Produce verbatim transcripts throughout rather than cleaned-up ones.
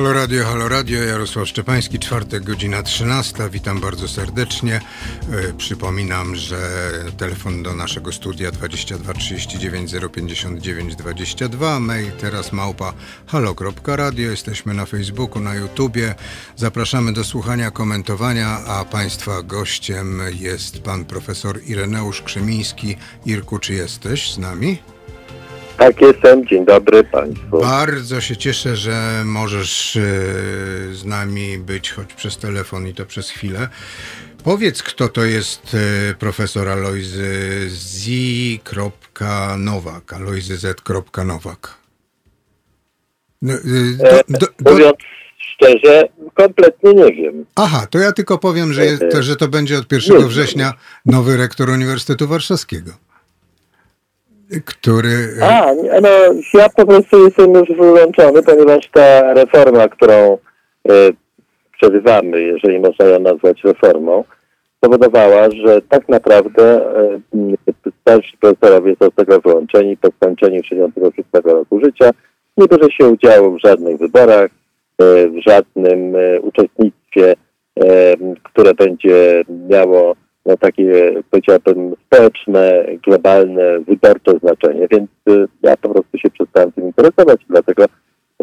Halo Radio, Halo Radio, Jarosław Szczepański, czwartek, godzina trzynasta. Witam bardzo serdecznie. Yy, przypominam, że telefon do naszego studia dwadzieścia dwa trzydzieści dziewięć zero pięćdziesiąt dziewięć dwadzieścia dwa, mail teraz małpa halo kropka radio. Jesteśmy na Facebooku, na YouTubie. Zapraszamy do słuchania, komentowania, a Państwa gościem jest pan profesor Ireneusz Krzemiński. Irku, czy jesteś z nami? Tak, jestem. Dzień dobry Państwu. Bardzo się cieszę, że możesz z nami być, choć przez telefon i to przez chwilę. Powiedz, kto to jest profesor Alojzy Nowak, Alojzy Z. Nowak. Do, do, do, do... Mówiąc szczerze, kompletnie nie wiem. Aha, to ja tylko powiem, że, jest, to, że to będzie od pierwszego września nowy rektor Uniwersytetu Warszawskiego. Który... A, no ja po prostu jestem już wyłączony, ponieważ ta reforma, którą y, przerywamy, jeżeli można ją nazwać reformą, spowodowała, że tak naprawdę y, starsi profesorowie są z tego wyłączeni po skończeniu sześćdziesiątego szóstego roku życia. Nie bierze się udziału w żadnych wyborach, y, w żadnym y, uczestnictwie, y, które będzie miało no, takie, powiedziałbym, społeczne, globalne, wyborcze znaczenie, więc y, ja po prostu się przestałem tym interesować, dlatego y,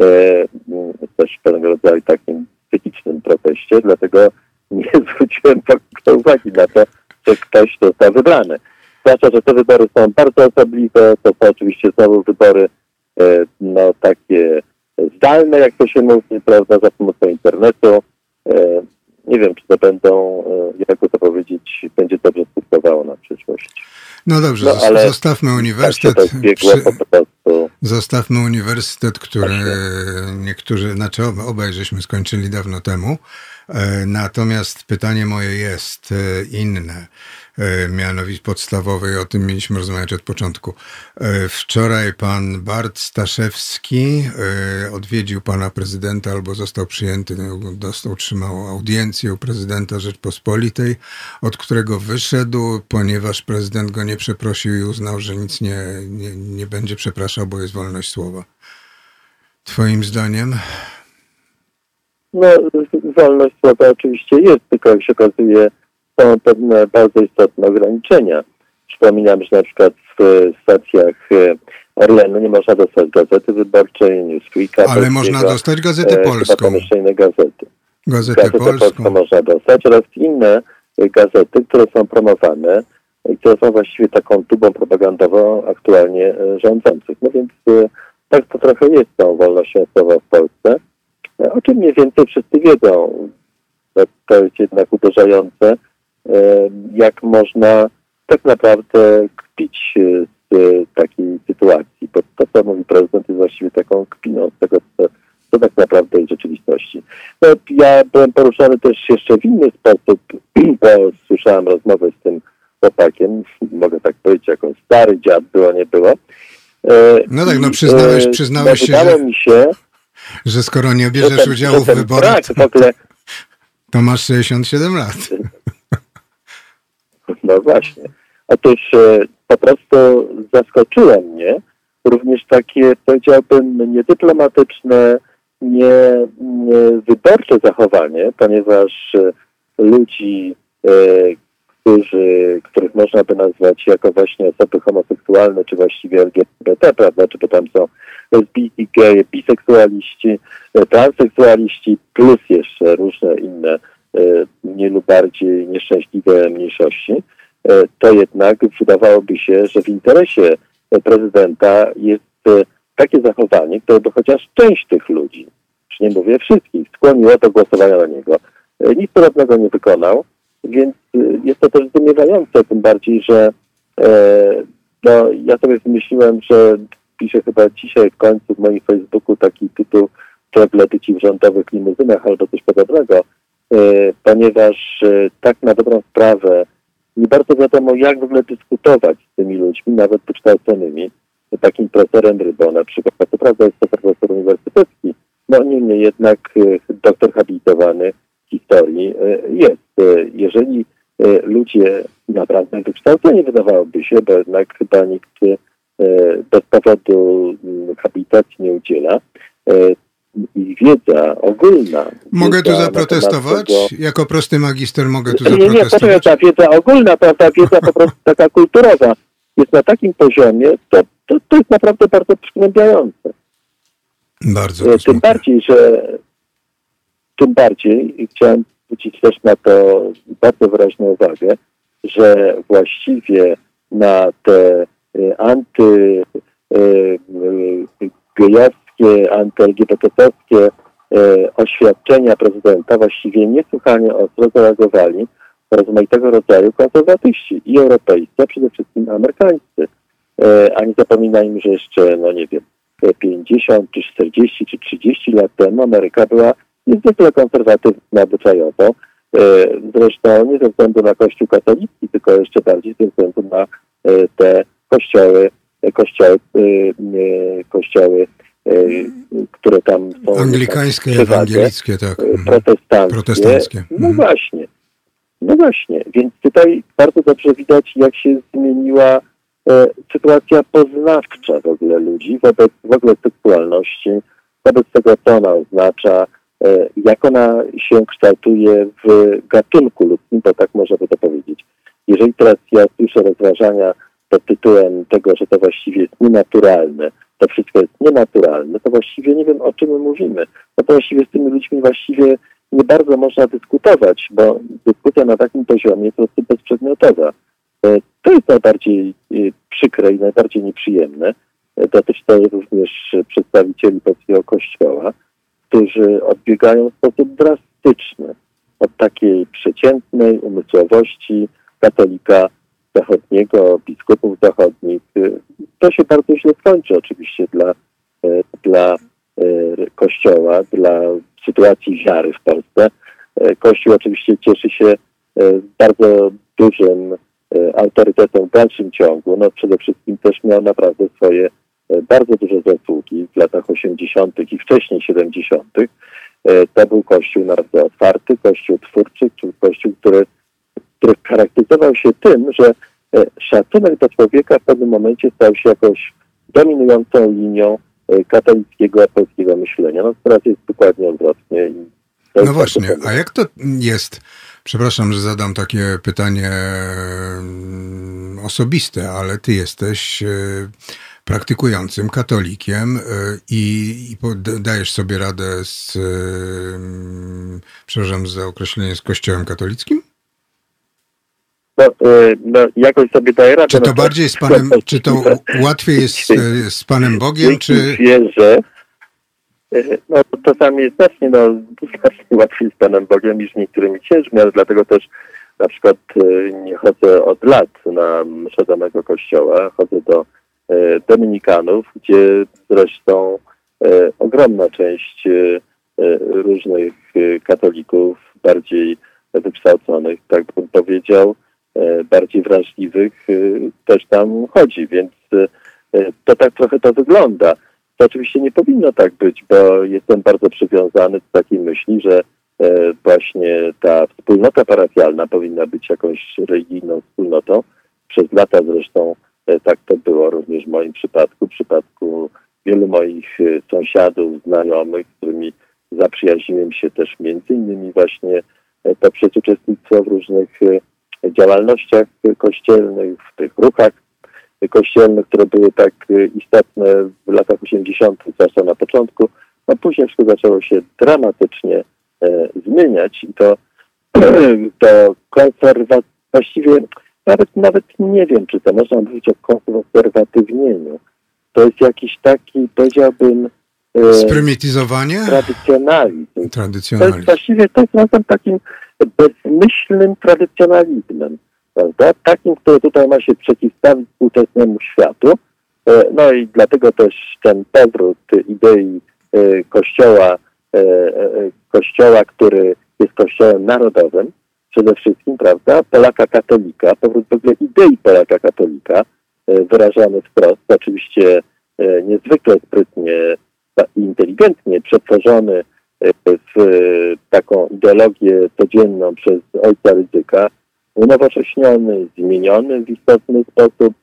y, też pewnego rodzaju takim psychicznym proteście, dlatego nie zwróciłem uwagi na to, że ktoś został wybrany. Zwłaszcza, że te wybory są bardzo osobliwe, to są oczywiście znowu wybory y, no takie zdalne, jak to się mówi, prawda, za pomocą internetu. Y, Nie wiem, czy to będą, jakby to powiedzieć, będzie dobrze skutkowało na przyszłość. No dobrze, no, ale zostawmy uniwersytet. Tak biegło, przy... po prostu... Zostawmy uniwersytet, który niektórzy, znaczy obaj żeśmy skończyli dawno temu. Natomiast pytanie moje jest inne. Mianowicie podstawowe i o tym mieliśmy rozmawiać od początku. Wczoraj pan Bart Staszewski odwiedził pana prezydenta albo został przyjęty, dostał, otrzymał audiencję u prezydenta Rzeczpospolitej, od którego wyszedł, ponieważ prezydent go nie przeprosił i uznał, że nic nie, nie, nie będzie przepraszał, bo jest wolność słowa. Twoim zdaniem? No, wolność słowa oczywiście jest, tylko jak się okazuje, są pewne bardzo istotne ograniczenia. Przypominam, że na przykład w stacjach Orlenu nie można dostać gazety wyborczej, Newsweeka. Ale można dostać gazetę polską. Chyba gazety. Gazetę, gazetę polską. polską można dostać oraz inne gazety, które są promowane i które są właściwie taką tubą propagandową aktualnie rządzących. No więc tak to trochę jest z tą wolnością słowa w Polsce. O czym mniej więcej wszyscy wiedzą. To jest jednak uderzające, jak można tak naprawdę kpić z takiej sytuacji, bo to, co mówi prezydent, jest właściwie taką kpiną z tego, co, co tak naprawdę jest w rzeczywistości. No, ja byłem poruszony też jeszcze w inny sposób, bo słyszałem rozmowę z tym chłopakiem, mogę tak powiedzieć, jako stary dziad było, nie było. No tak, no przyznałeś, przyznałeś się, że, mi się, że skoro nie bierzesz ten, udziału w wyborach, brak, w ogóle, to masz sześćdziesiąt siedem lat. No właśnie. Otóż e, po prostu zaskoczyło mnie również takie, powiedziałbym, niedyplomatyczne, nie, nie wyborcze zachowanie, ponieważ e, ludzi, e, którzy, których można by nazwać jako właśnie osoby homoseksualne, czy właściwie L G B T, prawda, czy to tam są lesbijki, geje, biseksualiści, transseksualiści, plus jeszcze różne inne mniej lub bardziej nieszczęśliwe mniejszości, to jednak wydawałoby się, że w interesie prezydenta jest takie zachowanie, które by chociaż część tych ludzi, już nie mówię wszystkich, skłoniło do głosowania na niego. Nic podobnego nie wykonał, więc jest to też zdumiewające, tym bardziej, że no, ja sobie wymyśliłem, że piszę chyba dzisiaj w końcu w moim Facebooku taki tytuł "Troglodyci w rządowych limuzynach" albo coś podobnego, ponieważ tak na dobrą sprawę nie bardzo wiadomo, jak w ogóle dyskutować z tymi ludźmi, nawet wykształconymi, takim profesorem Rybą na przykład. To prawda jest to profesor uniwersytecki, no niemniej jednak doktor habilitowany historii jest. Jeżeli ludzie naprawdę wykształceni, wydawałoby się, bo jednak chyba nikt bez powodu habilitacji nie udziela, ich wiedza ogólna. Mogę tu zaprotestować? Tego... Jako prosty magister mogę tu nie, zaprotestować? Nie, nie, ta wiedza ogólna, prawda, wiedza po prostu taka kulturowa jest na takim poziomie, to, to, to jest naprawdę bardzo przygnębiające. Bardzo. Tym bardziej, że tym bardziej i chciałem zwrócić też na to bardzo wyraźną uwagę, że właściwie na te anty gejowskie, anty-el gie be te owskie oświadczenia prezydenta właściwie niesłychanie ostro zareagowali rozmaitego rodzaju konserwatyści i europejscy, a przede wszystkim amerykańscy. A nie zapominajmy, że jeszcze, no nie wiem, pięćdziesiąt, czy czterdzieści, czy trzydzieści lat temu Ameryka była niezwykle konserwatywna obyczajowo. Zresztą nie ze względu na Kościół katolicki, tylko jeszcze bardziej ze względu na te kościoły, kościoły, kościoły, które tam są... Anglikańskie, ewangelickie, tak. Protestanckie. Protestanckie. No właśnie. No właśnie. Więc tutaj bardzo dobrze widać, jak się zmieniła e, sytuacja poznawcza w ogóle ludzi wobec w ogóle seksualności, wobec tego, co ona oznacza, e, jak ona się kształtuje w gatunku ludzkim, bo tak można by to powiedzieć. Jeżeli teraz ja słyszę rozważania pod tytułem tego, że to właściwie jest nienaturalne, to wszystko jest nienaturalne, to właściwie nie wiem, o czym my mówimy. No to właściwie z tymi ludźmi właściwie nie bardzo można dyskutować, bo dyskusja na takim poziomie jest po prostu bezprzedmiotowa. To jest najbardziej przykre i najbardziej nieprzyjemne. Dotyczy to również przedstawicieli polskiego kościoła, którzy odbiegają w sposób drastyczny od takiej przeciętnej umysłowości katolika zachodniego, biskupów zachodnich. To się bardzo źle skończy oczywiście dla, dla Kościoła, dla sytuacji wiary w Polsce. Kościół oczywiście cieszy się bardzo dużym autorytetem w dalszym ciągu. No przede wszystkim też miał naprawdę swoje bardzo duże zasługi w latach osiemdziesiątych i wcześniej siedemdziesiątych. To był Kościół naprawdę otwarty, Kościół twórczy, Kościół, który, który charakteryzował się tym, że szacunek do człowieka w pewnym momencie stał się jakąś dominującą linią katolickiego, polskiego myślenia. No teraz jest dokładnie odwrotnie. I no właśnie, a jak to jest? Przepraszam, że zadam takie pytanie osobiste, ale ty jesteś praktykującym katolikiem i, i dajesz sobie radę z, przepraszam za określenie, z Kościołem katolickim? No, no, jakoś sobie daję radę. Czy to bardziej z Panem, czy to łatwiej jest z, z Panem Bogiem, czy... Wierzę, no czasami jest znacznie, no, znacznie łatwiej z Panem Bogiem niż niektórymi księżmi, ale dlatego też na przykład nie chodzę od lat na mszę do mego kościoła, chodzę do e, Dominikanów, gdzie zresztą e, ogromna część e, różnych e, katolików, bardziej wykształconych, tak bym powiedział, e, bardziej wrażliwych, e, też tam chodzi, więc e, to tak trochę to wygląda. To oczywiście nie powinno tak być, bo jestem bardzo przywiązany do takiej myśli, że e, właśnie ta wspólnota parafialna powinna być jakąś religijną wspólnotą. Przez lata zresztą e, tak to było również w moim przypadku, w przypadku wielu moich e, sąsiadów, znajomych, z którymi zaprzyjaźniłem się też między innymi właśnie e, poprzez uczestnictwo w różnych e, działalnościach kościelnych, w tych ruchach kościelnych, które były tak istotne w latach osiemdziesiątych, zwłaszcza na początku, a później wszystko zaczęło się dramatycznie e, zmieniać i to, to konserwa... właściwie nawet, nawet nie wiem, czy to można mówić o konserwatywnieniu. To jest jakiś taki, powiedziałbym, e, sprymityzowanie? Tradycjonalizm. Tradycjonalizm. To jest właściwie, to jest nazywam takim bezmyślnym tradycjonalizmem. Prawda? Takim, który tutaj ma się przeciwstawić współczesnemu światu. No i dlatego też ten powrót idei kościoła, kościoła, który jest kościołem narodowym, przede wszystkim, prawda, Polaka katolika, powrót w ogóle idei Polaka katolika, wyrażany wprost, oczywiście niezwykle sprytnie i inteligentnie przetworzony w taką ideologię codzienną przez ojca Rydzyka, unowocześniony, zmieniony w istotny sposób,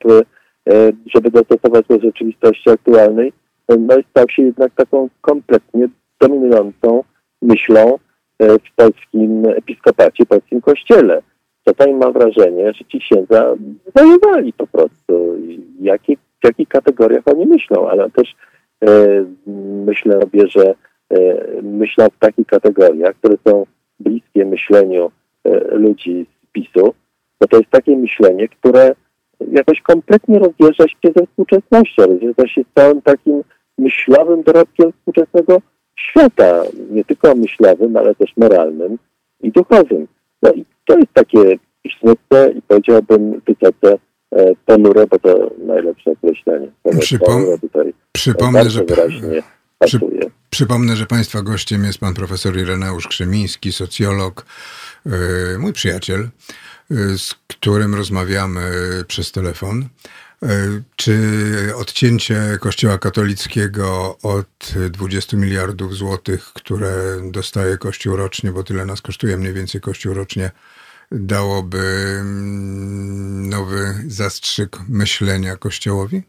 żeby dostosować do rzeczywistości aktualnej, no i stał się jednak taką kompletnie dominującą myślą w polskim episkopacie, polskim kościele. Czasami mam wrażenie, że ci księdza zwariowali po prostu. Jakie, w jakich kategoriach oni myślą, ale też e, myślę sobie, że e, myślą w takich kategoriach, które są bliskie myśleniu e, ludzi z PiSu, bo to jest takie myślenie, które jakoś kompletnie rozjeżdża się ze współczesnością, rozjeżdża się z całym takim myślowym dorobkiem współczesnego świata, nie tylko myślowym, ale też moralnym i duchowym. No i to jest takie smutne i powiedziałbym wysoce e, ponure, bo to najlepsze określenie. Przypom- tutaj przypomnę, że, przy, przypomnę, że Państwa gościem jest pan profesor Ireneusz Krzemiński, socjolog, yy, mój przyjaciel, yy, z którym rozmawiamy przez telefon. Czy odcięcie Kościoła katolickiego od dwudziestu miliardów złotych, które dostaje Kościół rocznie, bo tyle nas kosztuje mniej więcej Kościół rocznie, dałoby nowy zastrzyk myślenia Kościołowi?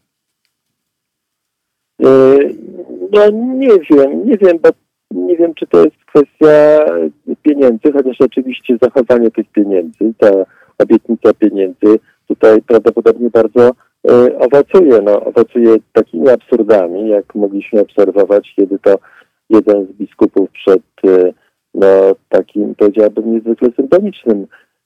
No nie wiem, nie wiem, bo nie wiem, czy to jest kwestia pieniędzy, chociaż oczywiście zachowanie tych pieniędzy, ta obietnica pieniędzy tutaj prawdopodobnie bardzo owocuje, no, owocuje takimi absurdami, jak mogliśmy obserwować, kiedy to jeden z biskupów przed no, takim, powiedziałbym, niezwykle symbolicznym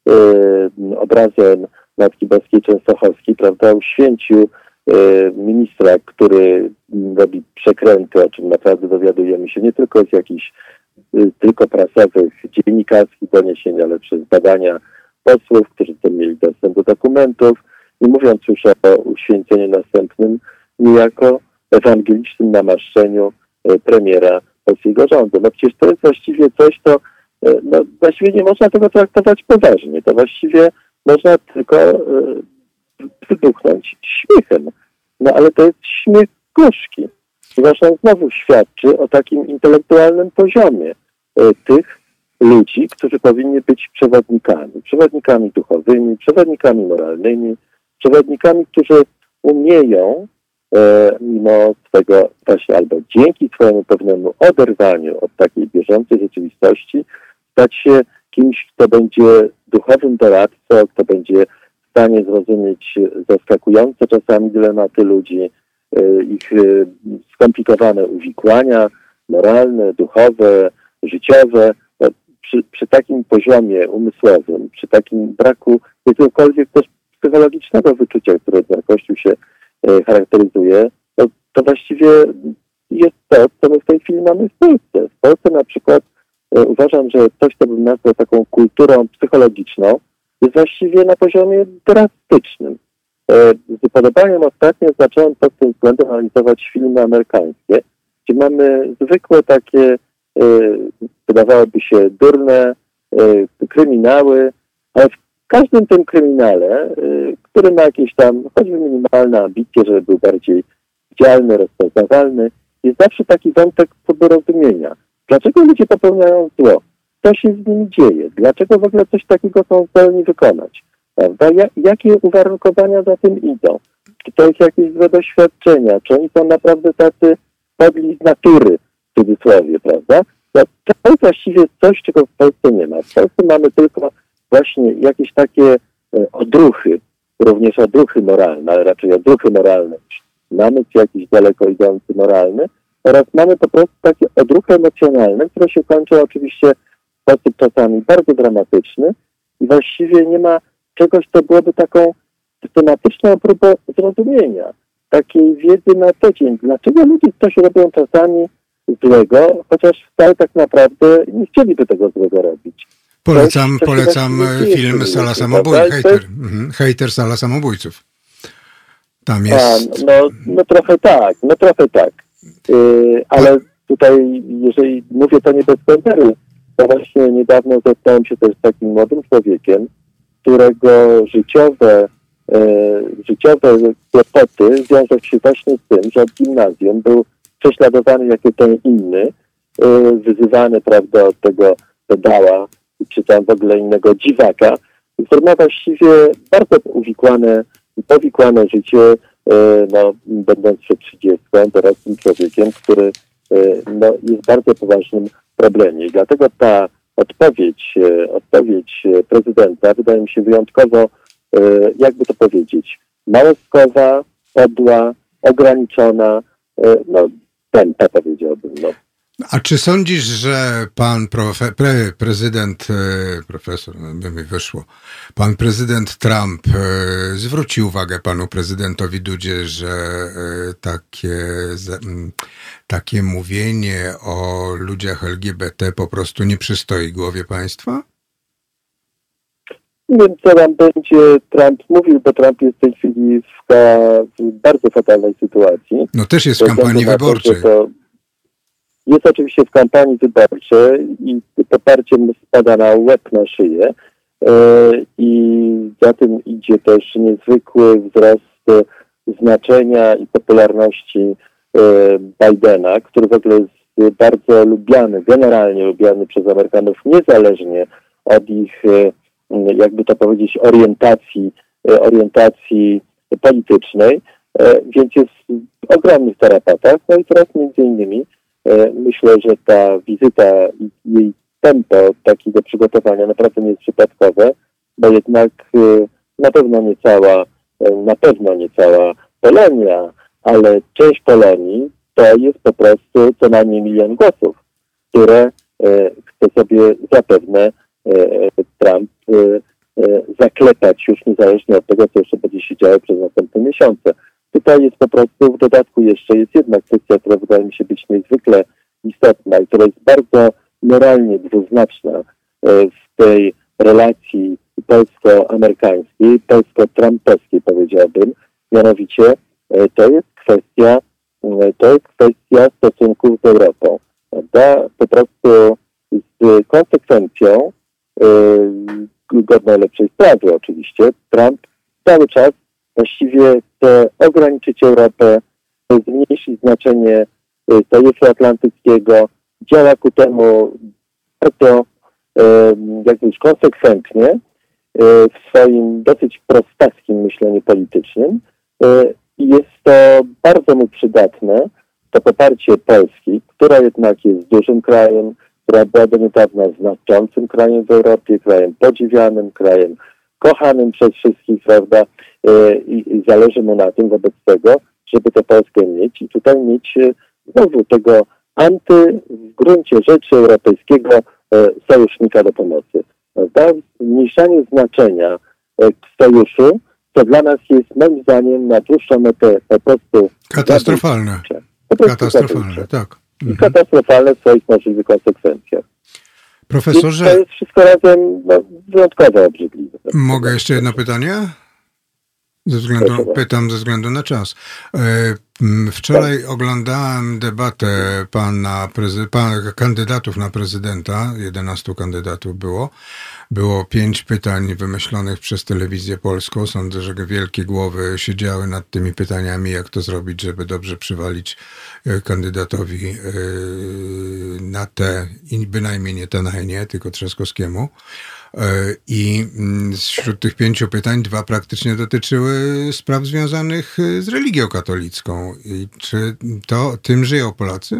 e, obrazem Matki Boskiej Częstochowskiej, prawda, uświęcił e, ministra, który robi przekręty, o czym naprawdę dowiadujemy się nie tylko z jakichś e, tylko prasowych, dziennikarskich doniesień, ale przez badania posłów, którzy tam mieli dostęp do dokumentów. Nie mówiąc już o uświęceniu następnym, niejako ewangelicznym namaszczeniu premiera polskiego rządu. No przecież to jest właściwie coś, to no, właściwie nie można tego traktować poważnie. To właściwie można tylko e, wybuchnąć śmiechem. No ale to jest śmiech gorzki. Zresztą znowu świadczy o takim intelektualnym poziomie e, tych ludzi, którzy powinni być przewodnikami. Przewodnikami duchowymi, przewodnikami moralnymi, przewodnikami, którzy umieją e, mimo swego właśnie albo dzięki swojemu pewnemu oderwaniu od takiej bieżącej rzeczywistości stać się kimś, kto będzie duchowym doradcą, kto będzie w stanie zrozumieć zaskakujące czasami dylematy ludzi, e, ich e, skomplikowane uwikłania moralne, duchowe, życiowe. No, przy, przy takim poziomie umysłowym, przy takim braku jakiegokolwiek też psychologicznego wyczucia, które na Kościół się e, charakteryzuje, to, to właściwie jest to, co my w tej chwili mamy w Polsce. W Polsce na przykład e, uważam, że coś, co bym nazwał taką kulturą psychologiczną, jest właściwie na poziomie drastycznym. E, z upodobaniem ostatnio zacząłem pod tym względem analizować filmy amerykańskie, gdzie mamy zwykłe takie, e, wydawałoby się durne e, kryminały, ale w w każdym tym kryminale, y, który ma jakieś tam, choćby minimalne ambicje, żeby był bardziej widzialny, rozpoznawalny, jest zawsze taki wątek porozumienia. Dlaczego ludzie popełniają zło? Co się z nimi dzieje? Dlaczego w ogóle coś takiego są zdolni wykonać? Prawda? Ja, jakie uwarunkowania za tym idą? Czy to jest jakieś złe doświadczenia? Czy oni są naprawdę tacy podli z natury, w cudzysłowie, prawda? No, to jest właściwie coś, czego w Polsce nie ma. W Polsce mamy tylko właśnie jakieś takie e, odruchy, również odruchy moralne, ale raczej odruchy moralne, namysł jakiś daleko idący moralny, oraz mamy po prostu takie odruchy emocjonalne, które się kończą oczywiście w sposób czasami bardzo dramatyczny i właściwie nie ma czegoś, co byłoby taką systematyczną próbą zrozumienia, takiej wiedzy na co dzień. Dlaczego ludzie coś robią czasami złego, chociaż wcale tak naprawdę nie chcieliby tego złego robić. Polecam, coś, polecam film Sala Samobójców. Hejter. Mhm. Hejter Sala Samobójców. Tam jest... A, no, no trochę tak, no trochę tak. Yy, ale tutaj, jeżeli mówię to nie bez komentarzu, to właśnie niedawno zetknąłem się też z takim młodym człowiekiem, którego życiowe, yy, życiowe kłopoty wiążą się właśnie z tym, że od gimnazjum był prześladowany jako ten inny, yy, wyzywany, prawda, od tego pedała, czy tam w ogóle innego dziwaka, który ma właściwie bardzo uwikłane, powikłane życie, no, będąc przed trzydziestką, dorosłym człowiekiem, który no, jest bardzo poważnym problemie. I dlatego ta odpowiedź, odpowiedź prezydenta wydaje mi się wyjątkowo, jakby to powiedzieć, małostkowa, podła, ograniczona, no tępa, powiedziałbym. No. A czy sądzisz, że pan profe, pre, prezydent, profesor, by mi wyszło, pan prezydent Trump zwróci uwagę panu prezydentowi Dudzie, że takie, takie mówienie o ludziach L G B T po prostu nie przystoi głowie państwa? Nie wiem, co tam będzie Trump mówił, bo Trump jest w tej chwili w, w bardzo fatalnej sytuacji. No też jest w kampanii wyborczej. To, jest oczywiście w kampanii wyborczej i poparciem spada na łeb, na szyję. I za tym idzie też niezwykły wzrost znaczenia i popularności Bidena, który w ogóle jest bardzo lubiany, generalnie lubiany przez Amerykanów, niezależnie od ich, jakby to powiedzieć, orientacji, orientacji politycznej, więc jest w ogromnych tarapatach. No i teraz między innymi myślę, że ta wizyta i jej tempo takiego przygotowania naprawdę nie jest przypadkowe, bo jednak na pewno nie cała, na pewno nie cała Polonia, ale część Polonii to jest po prostu co najmniej milion głosów, które chce sobie zapewne Trump zaklepać już niezależnie od tego, co jeszcze będzie się działo przez następne miesiące. Tutaj jest po prostu, w dodatku jeszcze jest jedna kwestia, która wydaje mi się być niezwykle istotna i która jest bardzo moralnie dwuznaczna w tej relacji polsko-amerykańskiej, polsko-trumpowskiej, powiedziałbym. Mianowicie to jest kwestia, to jest kwestia stosunków z Europą. Prawda? Po prostu z konsekwencją yy, godną lepszej sprawy oczywiście, Trump cały czas właściwie chce ograniczyć Europę, zmniejszyć znaczenie Sojuszu Atlantyckiego, działa ku temu bardzo jakby już konsekwentnie w swoim dosyć prostackim myśleniu politycznym i jest to bardzo mu przydatne, to poparcie Polski, która jednak jest dużym krajem, która była do niedawna znaczącym krajem w Europie, krajem podziwianym, krajem kochanym przez wszystkich, prawda, i, i zależy mu na tym wobec tego, żeby tę Polskę mieć i tutaj mieć znowu tego anty w gruncie rzeczy europejskiego sojusznika do pomocy. Prawda? Zmniejszanie znaczenia sojuszu to dla nas jest moim zdaniem na dłuższą metę po prostu katastrofalne. Po prostu katastrofalne, tak. I mhm. katastrofalne w swoich możliwych konsekwencjach. Profesorze, I to jest wszystko razem no, wyjątkowo obrzydliwe. Mogę jeszcze jedno pytanie? Ze względu, pytam ze względu na czas. Wczoraj tak. oglądałem debatę pana, prezy, pana kandydatów na prezydenta, jedenastu kandydatów było. Było pięć pytań wymyślonych przez telewizję polską. Sądzę, że wielkie głowy siedziały nad tymi pytaniami, jak to zrobić, żeby dobrze przywalić kandydatowi na te, i bynajmniej nie Tenajnie, tylko Trzaskowskiemu. I wśród tych pięciu pytań dwa praktycznie dotyczyły spraw związanych z religią katolicką. I czy to tym żyją Polacy?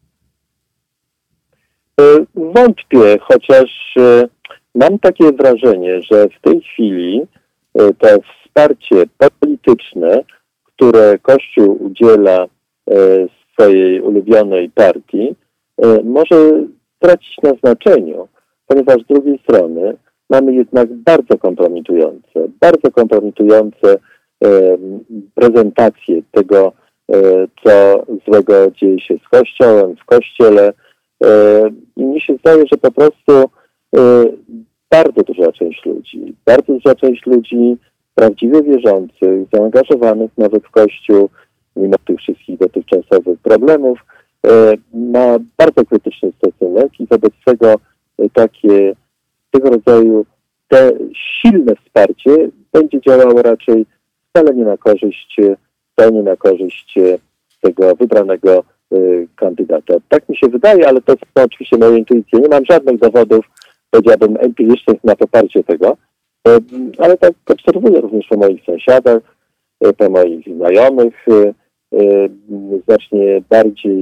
Wątpię, chociaż mam takie wrażenie, że w tej chwili to wsparcie polityczne, które Kościół udziela swojej ulubionej partii, może stracić na znaczeniu, ponieważ z drugiej strony mamy jednak bardzo kompromitujące, bardzo kompromitujące e, prezentacje tego, e, co złego dzieje się z Kościołem, w Kościele. E, I mi się zdaje, że po prostu e, bardzo duża część ludzi, bardzo duża część ludzi prawdziwie wierzących, zaangażowanych nawet w Kościół, mimo tych wszystkich dotychczasowych problemów, e, ma bardzo krytyczny stosunek i wobec tego takie tego rodzaju te silne wsparcie będzie działało raczej wcale nie na korzyść, wcale nie na korzyść tego wybranego y, kandydata. Tak mi się wydaje, ale to są oczywiście moje intuicje. Nie mam żadnych dowodów, powiedziałbym, empirycznych na poparcie tego, y, ale tak obserwuję również po moich sąsiadach, y, po moich znajomych, y, y, znacznie bardziej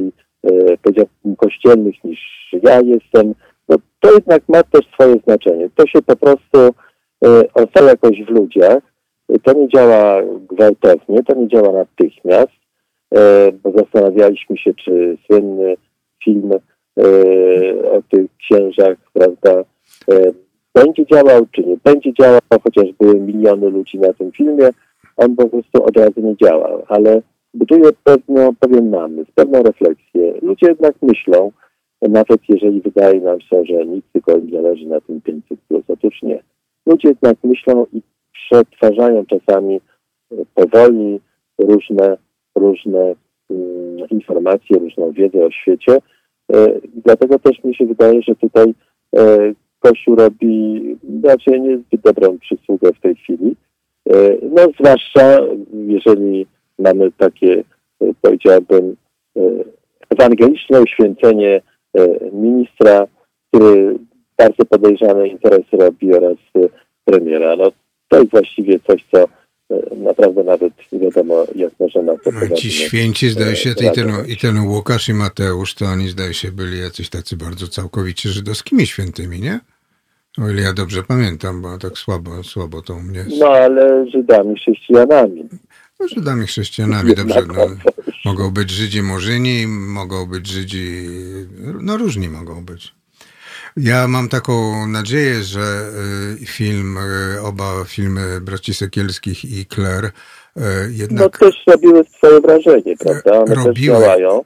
powiedziałbym, kościelnych niż ja jestem, no to jednak ma też swoje znaczenie. To się po prostu ostala jakoś w ludziach. To nie działa gwałtownie, to nie działa natychmiast, bo zastanawialiśmy się, czy słynny film o tych księżach, prawda, będzie działał, czy nie będzie działał, chociaż były miliony ludzi na tym filmie, on po prostu od razu nie działał, ale buduje pewną, pewien namysł, pewną refleksję. Ludzie jednak myślą, nawet jeżeli wydaje nam się, że nic tylko im zależy na tym pięćset plus. Otóż nie. Ludzie jednak myślą i przetwarzają czasami powoli różne, różne um, informacje, różną wiedzę o świecie. E, dlatego też mi się wydaje, że tutaj e, Kościół robi raczej niezbyt dobrą przysługę w tej chwili. E, no zwłaszcza jeżeli mamy takie, e, powiedziałbym, e, ewangeliczne uświęcenie e, ministra, który bardzo podejrzane interesy robi, oraz e, premiera. No, to jest właściwie coś, co naprawdę nawet nie wiadomo, jak może na to no, ci święci, zdaje się, i ten, i ten Łukasz i Mateusz, to oni, zdaje się, byli jacyś tacy bardzo całkowicie żydowskimi świętymi, nie? O ile ja dobrze pamiętam, bo tak słabo, słabo to u mnie jest. No, ale Żydami, chrześcijanami. No, Żydami, chrześcijanami, dobrze. No, mogą być Żydzi Murzyni, mogą być Żydzi, no różni mogą być. Ja mam taką nadzieję, że film, oba filmy braci Sekielskich i Claire jednak... No też robiły swoje wrażenie, prawda? One robiły. Też działają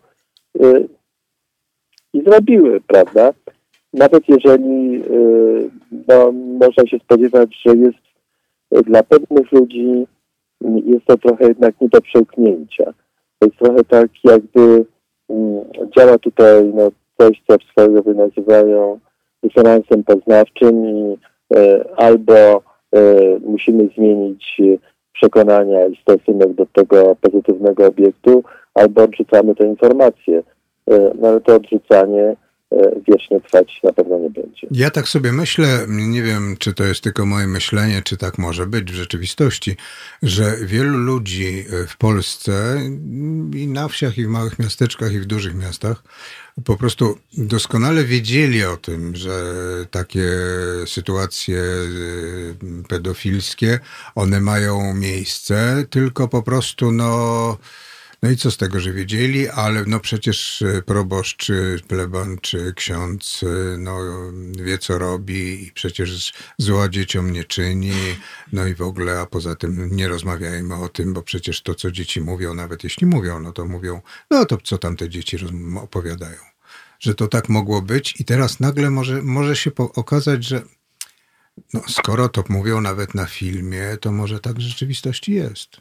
i zrobiły, prawda? Nawet jeżeli no, można się spodziewać, że jest dla pewnych ludzi jest to trochę jednak nie do przełknięcia. To jest trochę tak, jakby działa tutaj no, coś, co psychologowie nazywają dysonansem poznawczym i e, albo e, musimy zmienić przekonania i stosunek do tego pozytywnego obiektu, albo odrzucamy tę informację. E, no ale to odrzucanie e, wiecznie trwać na pewno nie będzie. Ja tak sobie myślę, nie wiem, czy to jest tylko moje myślenie, czy tak może być w rzeczywistości, że wielu ludzi w Polsce i na wsiach, i w małych miasteczkach, i w dużych miastach po prostu doskonale wiedzieli o tym, że takie sytuacje pedofilskie, one mają miejsce, tylko po prostu no, no i co z tego, że wiedzieli, ale no przecież proboszcz, czy pleban, czy ksiądz no wie co robi i przecież zła dzieciom nie czyni, no i w ogóle, a poza tym nie rozmawiajmy o tym, bo przecież to, co dzieci mówią, nawet jeśli mówią, no to mówią, no to co tam te dzieci opowiadają. Że to tak mogło być i teraz nagle może, może się po- okazać, że no, skoro to mówią nawet na filmie, to może tak w rzeczywistości jest.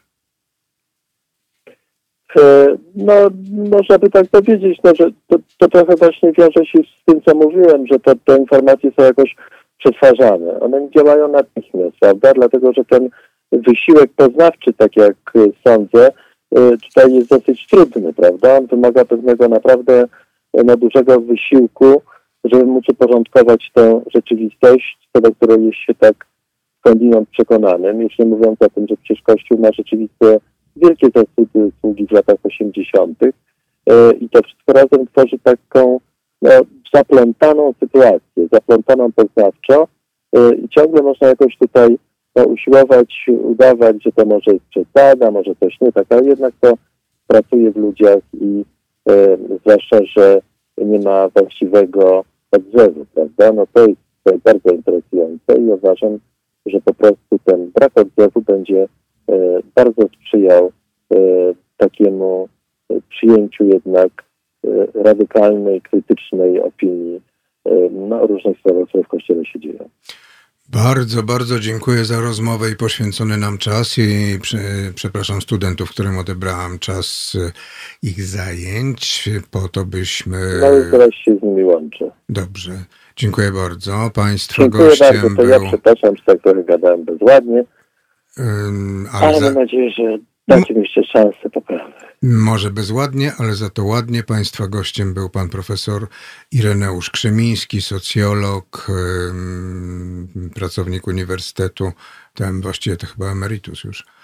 No, można by tak powiedzieć, no, że to, to trochę właśnie wiąże się z tym, co mówiłem, że te, te informacje są jakoś przetwarzane. One nie działają natychmiast, prawda? Dlatego, że ten wysiłek poznawczy, tak jak sądzę, tutaj jest dosyć trudny, prawda? On wymaga pewnego naprawdę no, dużego wysiłku, żeby móc uporządkować tę rzeczywistość, co do której jest się tak skądinąd przekonanym. Już nie mówiąc o tym, że przecież Kościół ma rzeczywiście wielkie zasługi sługi w latach osiemdziesiątych i to wszystko razem tworzy taką no, zaplątaną sytuację, zaplątaną poznawczo i ciągle można jakoś tutaj no, usiłować, udawać, że to może jest przesada, może coś nie tak, ale jednak to pracuje w ludziach i e, zwłaszcza, że nie ma właściwego odzewu, prawda? No to jest, to jest bardzo interesujące i uważam, że po prostu ten brak odzewu będzie e, bardzo sprzyjał e, takiemu przyjęciu jednak e, radykalnej, krytycznej opinii e, no, o różnych sprawach, które w Kościele się dzieją. Bardzo, bardzo dziękuję za rozmowę i poświęcony nam czas i przepraszam studentów, którym odebrałem czas ich zajęć, po to byśmy... No i teraz się z nimi łączę. Dobrze, dziękuję bardzo. Państwa dziękuję gościem bardzo, to był... ja przepraszam, że tak trochę gadałem bezładnie, um, ale, ale za... mam nadzieję, że dacie mi jeszcze szansę poprawy. Może bezładnie, ale za to ładnie. Państwa gościem był pan profesor Ireneusz Krzemiński, socjolog, ym, pracownik uniwersytetu, tam właściwie to chyba emerytus już,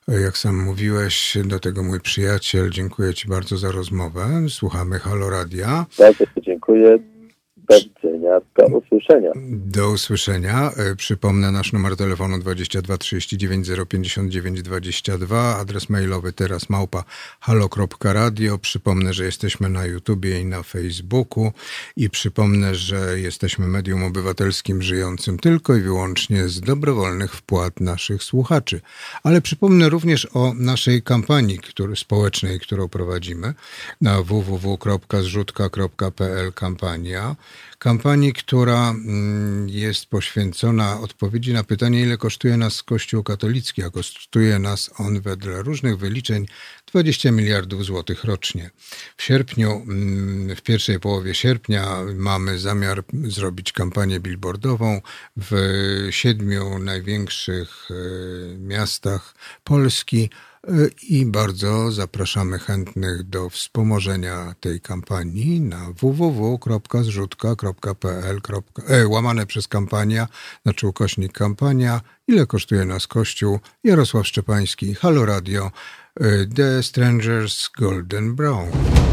jak sam mówiłeś, do tego mój przyjaciel. Dziękuję Ci bardzo za rozmowę. Słuchamy Halo Radia. Bardzo dziękuję. Do widzenia, do usłyszenia. Do usłyszenia. Przypomnę nasz numer telefonu dwadzieścia dwa trzydzieści dziewięć zero pięćdziesiąt dziewięć dwadzieścia dwa, adres mailowy teraz małpa halo kropka radio. Przypomnę, że jesteśmy na YouTubie i na Facebooku i przypomnę, że jesteśmy medium obywatelskim żyjącym tylko i wyłącznie z dobrowolnych wpłat naszych słuchaczy. Ale przypomnę również o naszej kampanii który, społecznej, którą prowadzimy na w w w kropka zrzutka kropka p l kampania. Kampanii, która jest poświęcona odpowiedzi na pytanie, ile kosztuje nas Kościół katolicki, a kosztuje nas on wedle różnych wyliczeń dwadzieścia miliardów złotych rocznie. W sierpniu, w pierwszej połowie sierpnia mamy zamiar zrobić kampanię billboardową w siedmiu największych miastach Polski. I bardzo zapraszamy chętnych do wspomożenia tej kampanii na w w w kropka zrzutka kropka p l e, łamane przez kampania, znaczy ukośnik kampania. Ile kosztuje nas Kościół? Jarosław Szczepański, Halo Radio, The Strangers Golden Brown.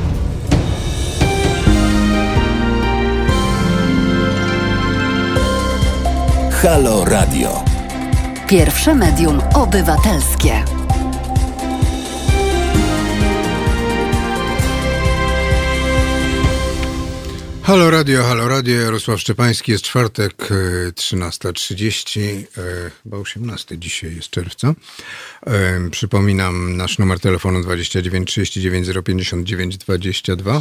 Halo Radio. Pierwsze medium obywatelskie. Halo Radio, Halo Radio, Jarosław Szczepański, jest czwartek, trzynasta trzydzieści, chyba osiemnastego dzisiaj jest czerwca. Przypominam nasz numer telefonu dwadzieścia dziewięć trzydzieści dziewięć zero pięćdziesiąt dziewięć dwadzieścia dwa.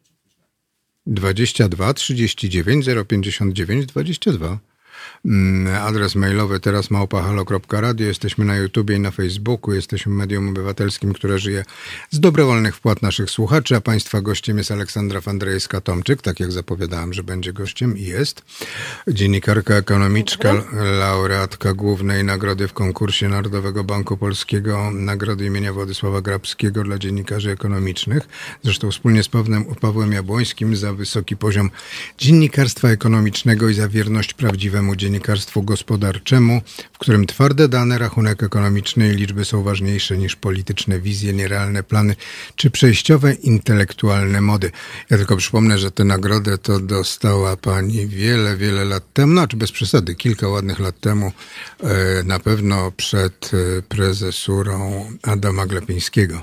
dwadzieścia dwa trzydzieści dziewięć zero pięćdziesiąt dziewięć dwadzieścia dwa. Adres mailowy teraz małpa halo kropka radio. Jesteśmy na YouTubie i na Facebooku. Jesteśmy medium obywatelskim, które żyje z dobrowolnych wpłat naszych słuchaczy, a Państwa gościem jest Aleksandra Fandrejewska-Tomczyk, tak jak zapowiadałem, że będzie gościem i jest. Dziennikarka ekonomiczka, laureatka głównej nagrody w konkursie Narodowego Banku Polskiego, nagrody imienia Władysława Grabskiego dla dziennikarzy ekonomicznych. Zresztą wspólnie z Pawłem, Pawłem Jabłońskim za wysoki poziom dziennikarstwa ekonomicznego i za wierność prawdziwemu dziennikarstwu gospodarczemu, w którym twarde dane, rachunek ekonomiczny i liczby są ważniejsze niż polityczne wizje, nierealne plany czy przejściowe intelektualne mody. Ja tylko przypomnę, że tę nagrodę to dostała pani wiele, wiele lat temu, znaczy bez przesady, kilka ładnych lat temu, na pewno przed prezesurą Adama Glapińskiego.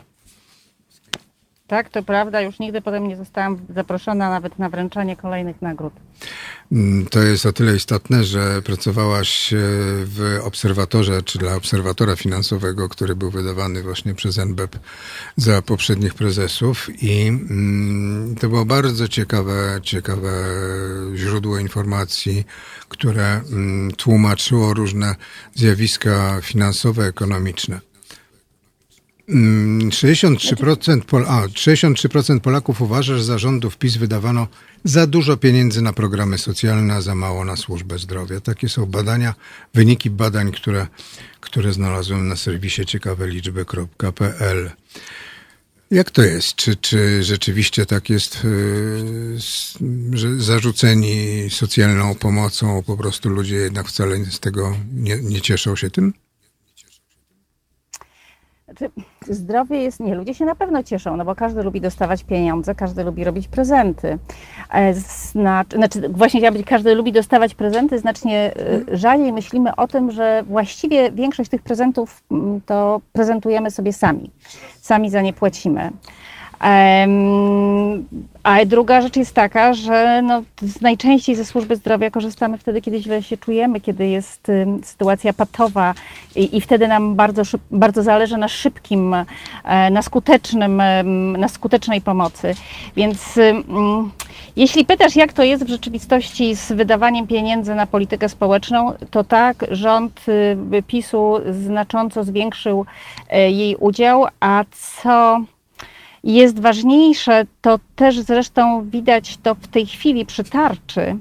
Tak, to prawda. Już nigdy potem nie zostałam zaproszona nawet na wręczanie kolejnych nagród. To jest o tyle istotne, że pracowałaś w obserwatorze, czy dla obserwatora finansowego, który był wydawany właśnie przez N B P za poprzednich prezesów i to było bardzo ciekawe, ciekawe źródło informacji, które tłumaczyło różne zjawiska finansowe, ekonomiczne. sześćdziesiąt trzy procent, Pol- a, sześćdziesiąt trzy procent Polaków uważa, że za rządów PiS wydawano za dużo pieniędzy na programy socjalne, a za mało na służbę zdrowia. Takie są badania, wyniki badań, które, które znalazłem na serwisie ciekawe liczby kropka p l. Jak to jest? Czy, czy rzeczywiście tak jest, że zarzuceni socjalną pomocą po prostu ludzie jednak wcale z tego nie, nie cieszą się tym? Zdrowie jest, nie, ludzie się na pewno cieszą, no bo każdy lubi dostawać pieniądze, każdy lubi robić prezenty. Znaczy, znaczy właśnie chciałam powiedzieć, każdy lubi dostawać prezenty, znacznie rzadziej myślimy o tym, że właściwie większość tych prezentów to prezentujemy sobie sami. Sami za nie płacimy. Um, a druga rzecz jest taka, że no, najczęściej ze służby zdrowia korzystamy wtedy, kiedy źle się czujemy, kiedy jest um, sytuacja patowa i, i wtedy nam bardzo, szyb, bardzo zależy na szybkim, e, na skutecznym, e, na skutecznej pomocy. Więc um, jeśli pytasz, jak to jest w rzeczywistości z wydawaniem pieniędzy na politykę społeczną, to tak, rząd y, PiS-u znacząco zwiększył y, jej udział, a co jest ważniejsze, to też zresztą widać to w tej chwili przy tarczy,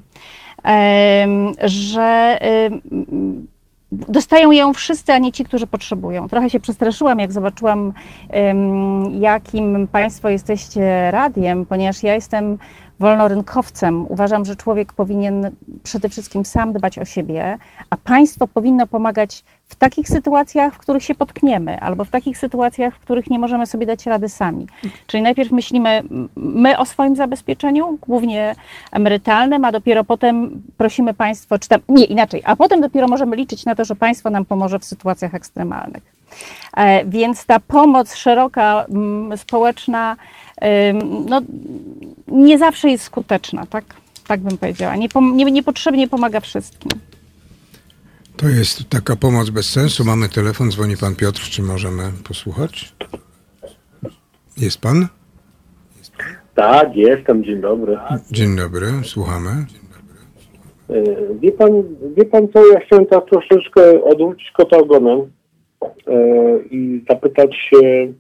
że dostają ją wszyscy, a nie ci, którzy potrzebują. Trochę się przestraszyłam, jak zobaczyłam, jakim Państwo jesteście radiem, ponieważ ja jestem wolnorynkowcem. Uważam, że człowiek powinien przede wszystkim sam dbać o siebie, a państwo powinno pomagać w takich sytuacjach, w których się potkniemy, albo w takich sytuacjach, w których nie możemy sobie dać rady sami. Czyli najpierw myślimy my o swoim zabezpieczeniu, głównie emerytalnym, a dopiero potem prosimy państwo, czy tam, nie inaczej, a potem dopiero możemy liczyć na to, że państwo nam pomoże w sytuacjach ekstremalnych. E, więc ta pomoc szeroka, m, społeczna, no, nie zawsze jest skuteczna, tak, tak bym powiedziała. Nie, nie, niepotrzebnie pomaga wszystkim. To jest taka pomoc bez sensu. Mamy telefon, dzwoni pan Piotr, czy możemy posłuchać? Jest pan? Tak, jestem, dzień dobry. Dzień dobry, słuchamy. Wie pan, wie pan co, ja chciałem tak troszeczkę odwrócić kota ogonem i zapytać się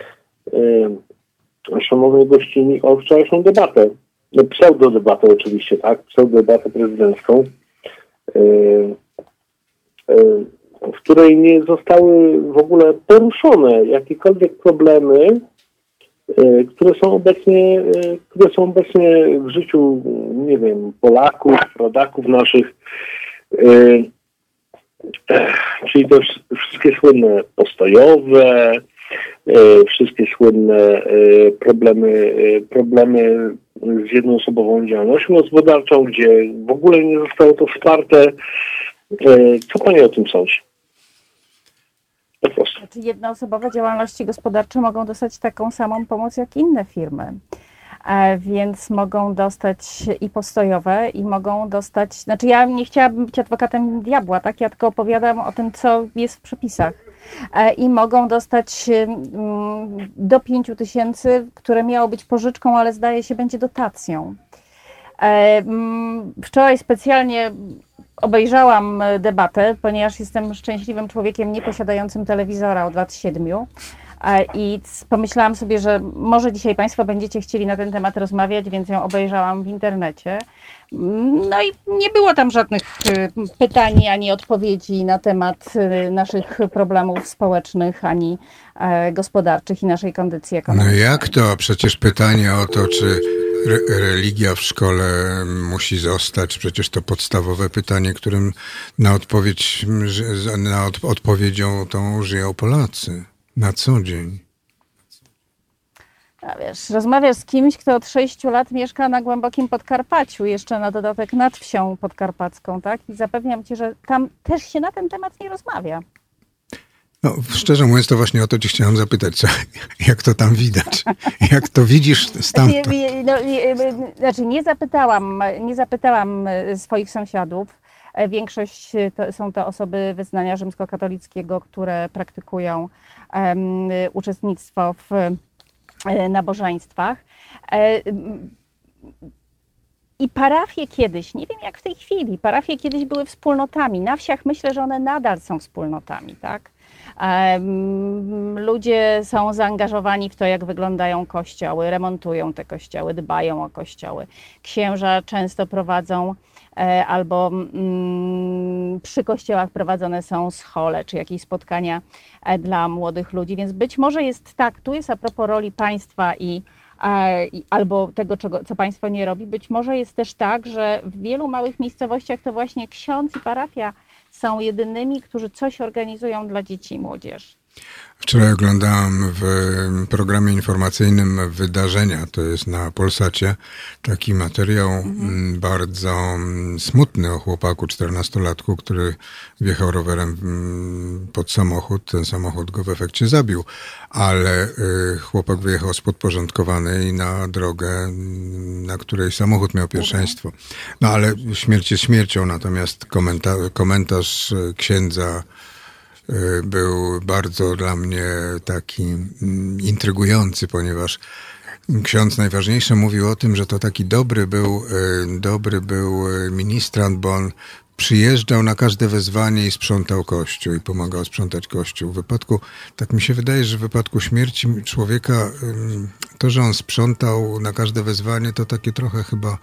szanownej gościni o wczorajszą debatę. Pseudodebatę oczywiście, tak? Pseudodebatę prezydencką, w której nie zostały w ogóle poruszone jakiekolwiek problemy, które są obecnie, które są obecnie w życiu, nie wiem, Polaków, rodaków naszych, czyli to wszystkie słynne postojowe, wszystkie słynne problemy, problemy z jednoosobową działalnością gospodarczą, gdzie w ogóle nie zostało to wsparte. Co pani o tym sądzi? Po prostu. Znaczy jednoosobowe działalności gospodarcze mogą dostać taką samą pomoc jak inne firmy. Więc mogą dostać i postojowe, i mogą dostać... Znaczy ja nie chciałabym być adwokatem diabła, tak? Ja tylko opowiadam o tym, co jest w przepisach. I mogą dostać do pięciu tysięcy, które miało być pożyczką, ale zdaje się będzie dotacją. Wczoraj specjalnie obejrzałam debatę, ponieważ jestem szczęśliwym człowiekiem nieposiadającym telewizora od lat siedmiu. I pomyślałam sobie, że może dzisiaj państwo będziecie chcieli na ten temat rozmawiać, więc ją obejrzałam w internecie. No i nie było tam żadnych pytań, ani odpowiedzi na temat naszych problemów społecznych, ani gospodarczych i naszej kondycji ekonomicznej. No jak to? Przecież pytanie o to, czy re- religia w szkole musi zostać, przecież to podstawowe pytanie, którym na odpowiedź, na od- odpowiedzią tą żyją Polacy. Na co dzień? A wiesz, rozmawiasz z kimś, kto od sześciu lat mieszka na głębokim Podkarpaciu, jeszcze na dodatek nad wsią podkarpacką, tak? I zapewniam cię, że tam też się na ten temat nie rozmawia. No, szczerze mówiąc, to właśnie o to cię chciałem zapytać, co, jak to tam widać? Jak to widzisz stamtąd? No, znaczy nie zapytałam, nie zapytałam swoich sąsiadów. Większość to są to osoby wyznania rzymskokatolickiego, które praktykują um, uczestnictwo w nabożeństwach. I parafie kiedyś, nie wiem jak w tej chwili, parafie kiedyś były wspólnotami. Na wsiach myślę, że one nadal są wspólnotami, tak? Ludzie są zaangażowani w to, jak wyglądają kościoły, remontują te kościoły, dbają o kościoły. Księża często prowadzą albo przy kościołach prowadzone są schole, czy jakieś spotkania dla młodych ludzi, więc być może jest tak, tu jest a propos roli państwa i albo tego, czego, co państwo nie robi, być może jest też tak, że w wielu małych miejscowościach to właśnie ksiądz i parafia są jedynymi, którzy coś organizują dla dzieci i młodzieży. Wczoraj oglądałam w programie informacyjnym Wydarzenia, to jest na Polsacie, taki materiał mhm. bardzo smutny o chłopaku, czternastolatku, który wjechał rowerem pod samochód. Ten samochód go w efekcie zabił, ale chłopak wyjechał z podporządkowanej na drogę, na której samochód miał pierwszeństwo. No ale śmierć jest śmiercią, natomiast komentarz, komentarz księdza był bardzo dla mnie taki intrygujący, ponieważ ksiądz najważniejsze mówił o tym, że to taki dobry był, dobry był ministrant, bo on przyjeżdżał na każde wezwanie i sprzątał kościół i pomagał sprzątać kościół. W wypadku, tak mi się wydaje, że w wypadku śmierci człowieka to, że on sprzątał na każde wezwanie, to takie trochę chyba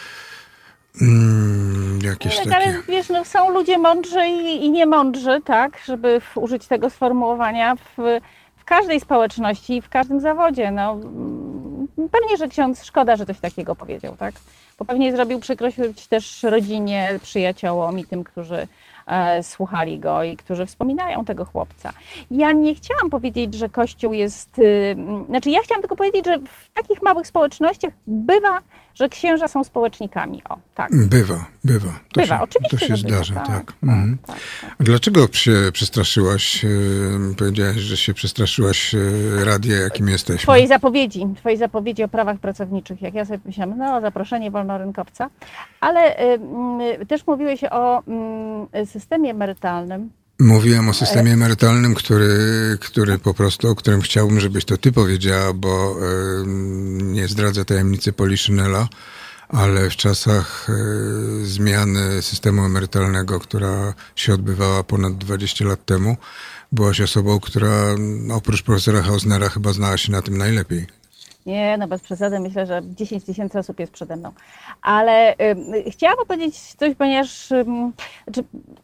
Mm, jakieś ale, takie... ale wiesz, no, są ludzie mądrzy i, i niemądrzy, tak, żeby w, użyć tego sformułowania w, w każdej społeczności i w każdym zawodzie. No, pewnie, że ksiądz, szkoda, że coś takiego powiedział, tak? Bo pewnie zrobił przykrość też rodzinie, przyjaciołom i tym, którzy e, słuchali go i którzy wspominają tego chłopca. Ja nie chciałam powiedzieć, że Kościół jest... Y, znaczy ja chciałam tylko powiedzieć, że w takich małych społecznościach bywa, że księża są społecznikami. O, tak. Bywa, bywa. To bywa, się, oczywiście. To się zdarza, bywa, tak. tak, Mhm. tak, tak. Dlaczego się przestraszyłaś? Powiedziałaś, że się przestraszyłaś radia, jakim jesteśmy. Twojej zapowiedzi, twojej zapowiedzi o prawach pracowniczych. Jak ja sobie myślałam, no zaproszenie wolnorynkowca, ale y, y, też mówiłeś o y, systemie emerytalnym. Mówiłem o systemie emerytalnym, który, który po prostu, o którym chciałbym, żebyś to ty powiedziała, bo y, nie zdradzę tajemnicy Poliszynela, ale w czasach y, zmiany systemu emerytalnego, która się odbywała ponad dwadzieścia lat temu, byłaś osobą, która oprócz profesora Hausnera chyba znała się na tym najlepiej. Nie, no bez przesady, myślę, że dziesięć tysięcy osób jest przede mną. Ale y, chciałam powiedzieć coś, ponieważ y, znaczy,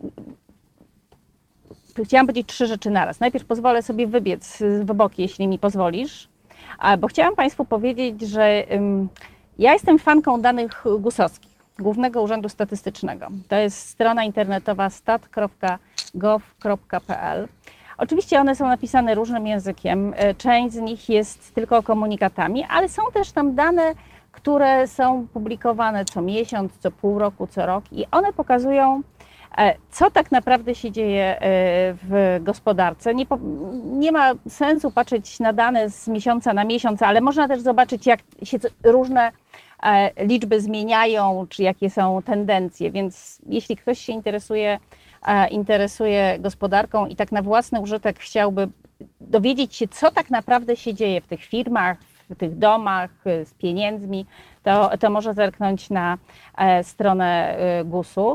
chciałam powiedzieć trzy rzeczy naraz. Najpierw pozwolę sobie wybiec w boki, jeśli mi pozwolisz, bo chciałam Państwu powiedzieć, że um, ja jestem fanką danych gusowskich, Głównego Urzędu Statystycznego. To jest strona internetowa stat kropka gov kropka p l. Oczywiście one są napisane różnym językiem, część z nich jest tylko komunikatami, ale są też tam dane, które są publikowane co miesiąc, co pół roku, co rok i one pokazują, co tak naprawdę się dzieje w gospodarce. Nie, po, nie ma sensu patrzeć na dane z miesiąca na miesiąc, ale można też zobaczyć, jak się różne liczby zmieniają, czy jakie są tendencje. Więc jeśli ktoś się interesuje, interesuje gospodarką i tak na własny użytek chciałby dowiedzieć się, co tak naprawdę się dzieje w tych firmach, w tych domach, z pieniędzmi, to, to może zerknąć na stronę gusu.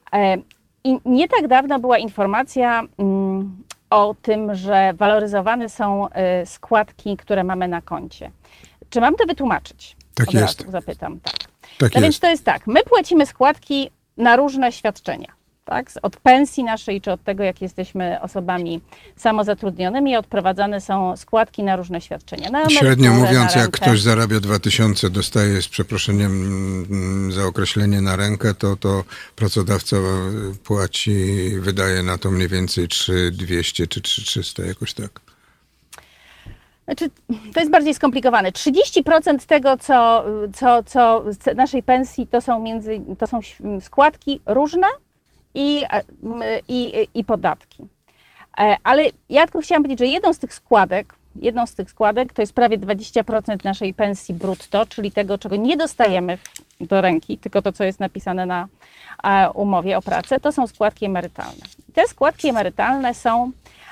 I nie tak dawno była informacja mm, o tym, że waloryzowane są y, składki, które mamy na koncie. Czy mam to wytłumaczyć? Tak Od jest. razu zapytam. Tak. Tak no jest. Więc to jest tak, my płacimy składki na różne świadczenia. Tak? Od pensji naszej, czy od tego, jak jesteśmy osobami samozatrudnionymi, odprowadzane są składki na różne świadczenia. Na Średnio mówiąc, na jak ktoś zarabia dwa tysiące, dostaje z przeproszeniem za określenie na rękę, to, to pracodawca płaci, wydaje na to mniej więcej trzy tysiące dwieście czy trzy tysiące trzysta, jakoś tak. Znaczy, to jest bardziej skomplikowane. trzydzieści procent tego, co, co, co z naszej pensji, to są, między, to są składki różne, I, i, i podatki. Ale ja tylko chciałam powiedzieć, że jedną z tych składek, jedną z tych składek to jest prawie dwadzieścia procent naszej pensji brutto, czyli tego, czego nie dostajemy do ręki, tylko to, co jest napisane na umowie o pracę, to są składki emerytalne. Te składki emerytalne są,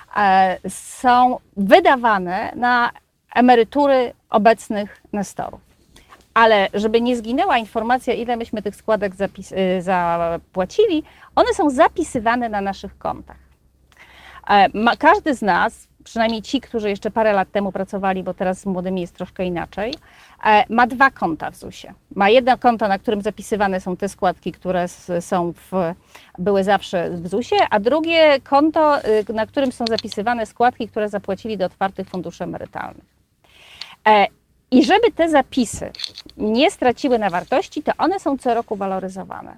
są wydawane na emerytury obecnych nestorów. Ale żeby nie zginęła informacja, ile myśmy tych składek zapis, zapłacili, one są zapisywane na naszych kontach. Ma, każdy z nas, przynajmniej ci, którzy jeszcze parę lat temu pracowali, bo teraz z młodymi jest troszkę inaczej, ma dwa konta w zusie. Ma jedno konto, na którym zapisywane są te składki, które są w, były zawsze w zusie, a drugie konto, na którym są zapisywane składki, które zapłacili do otwartych funduszy emerytalnych. I żeby te zapisy nie straciły na wartości, to one są co roku waloryzowane.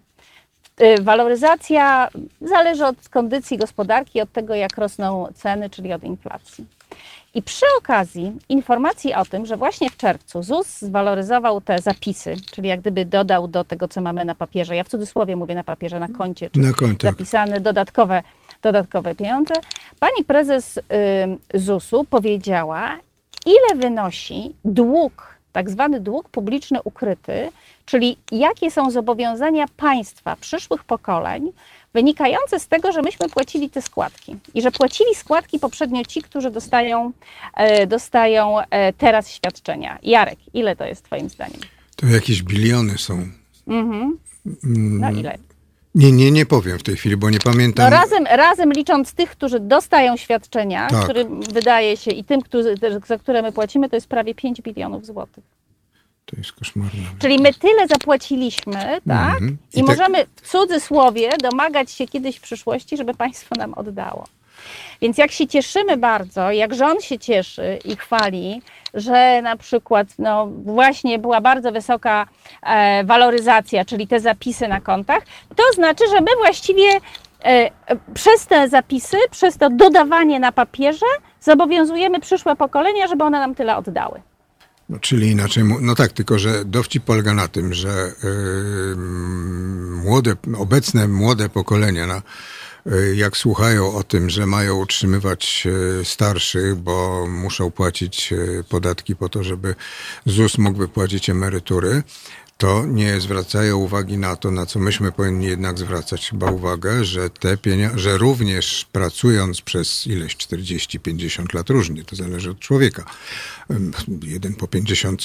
Waloryzacja zależy od kondycji gospodarki, od tego, jak rosną ceny, czyli od inflacji. I przy okazji informacji o tym, że właśnie w czerwcu ZUS zwaloryzował te zapisy, czyli jak gdyby dodał do tego, co mamy na papierze, ja w cudzysłowie mówię na papierze, na koncie, czy na koncie. zapisane dodatkowe, dodatkowe pieniądze, pani prezes y, zusu powiedziała, ile wynosi dług, tak zwany dług publiczny ukryty, czyli jakie są zobowiązania państwa, przyszłych pokoleń, wynikające z tego, że myśmy płacili te składki i że płacili składki poprzednio ci, którzy dostają, e, dostają e, teraz świadczenia. Jarek, ile to jest twoim zdaniem? To jakieś biliony są. Mhm. No ile? Nie, nie, nie powiem w tej chwili, bo nie pamiętam. No razem, razem licząc tych, którzy dostają świadczenia, tak. którym wydaje się, i tym, którzy, za które my płacimy, to jest prawie pięć bilionów złotych. To jest koszmarne. Czyli my tyle zapłaciliśmy, tak? Mm-hmm. I, I możemy tak... w cudzysłowie domagać się kiedyś w przyszłości, żeby państwo nam oddało. Więc jak się cieszymy bardzo, jak rząd się cieszy i chwali, że na przykład no właśnie była bardzo wysoka e, waloryzacja, czyli te zapisy na kontach, to znaczy, że my właściwie e, przez te zapisy, przez to dodawanie na papierze zobowiązujemy przyszłe pokolenia, żeby one nam tyle oddały. No, czyli inaczej, no tak, tylko że dowcip polega na tym, że yy, młode, obecne młode pokolenia, no, jak słuchają o tym, że mają utrzymywać starszych, bo muszą płacić podatki po to, żeby Z U S mógł wypłacić emerytury, to nie zwracają uwagi na to, na co myśmy powinni jednak zwracać chyba uwagę, że te pieniądze, że również pracując przez ileś czterdzieści pięćdziesiąt lat, różnie, to zależy od człowieka. Jeden po pięćdziesiąt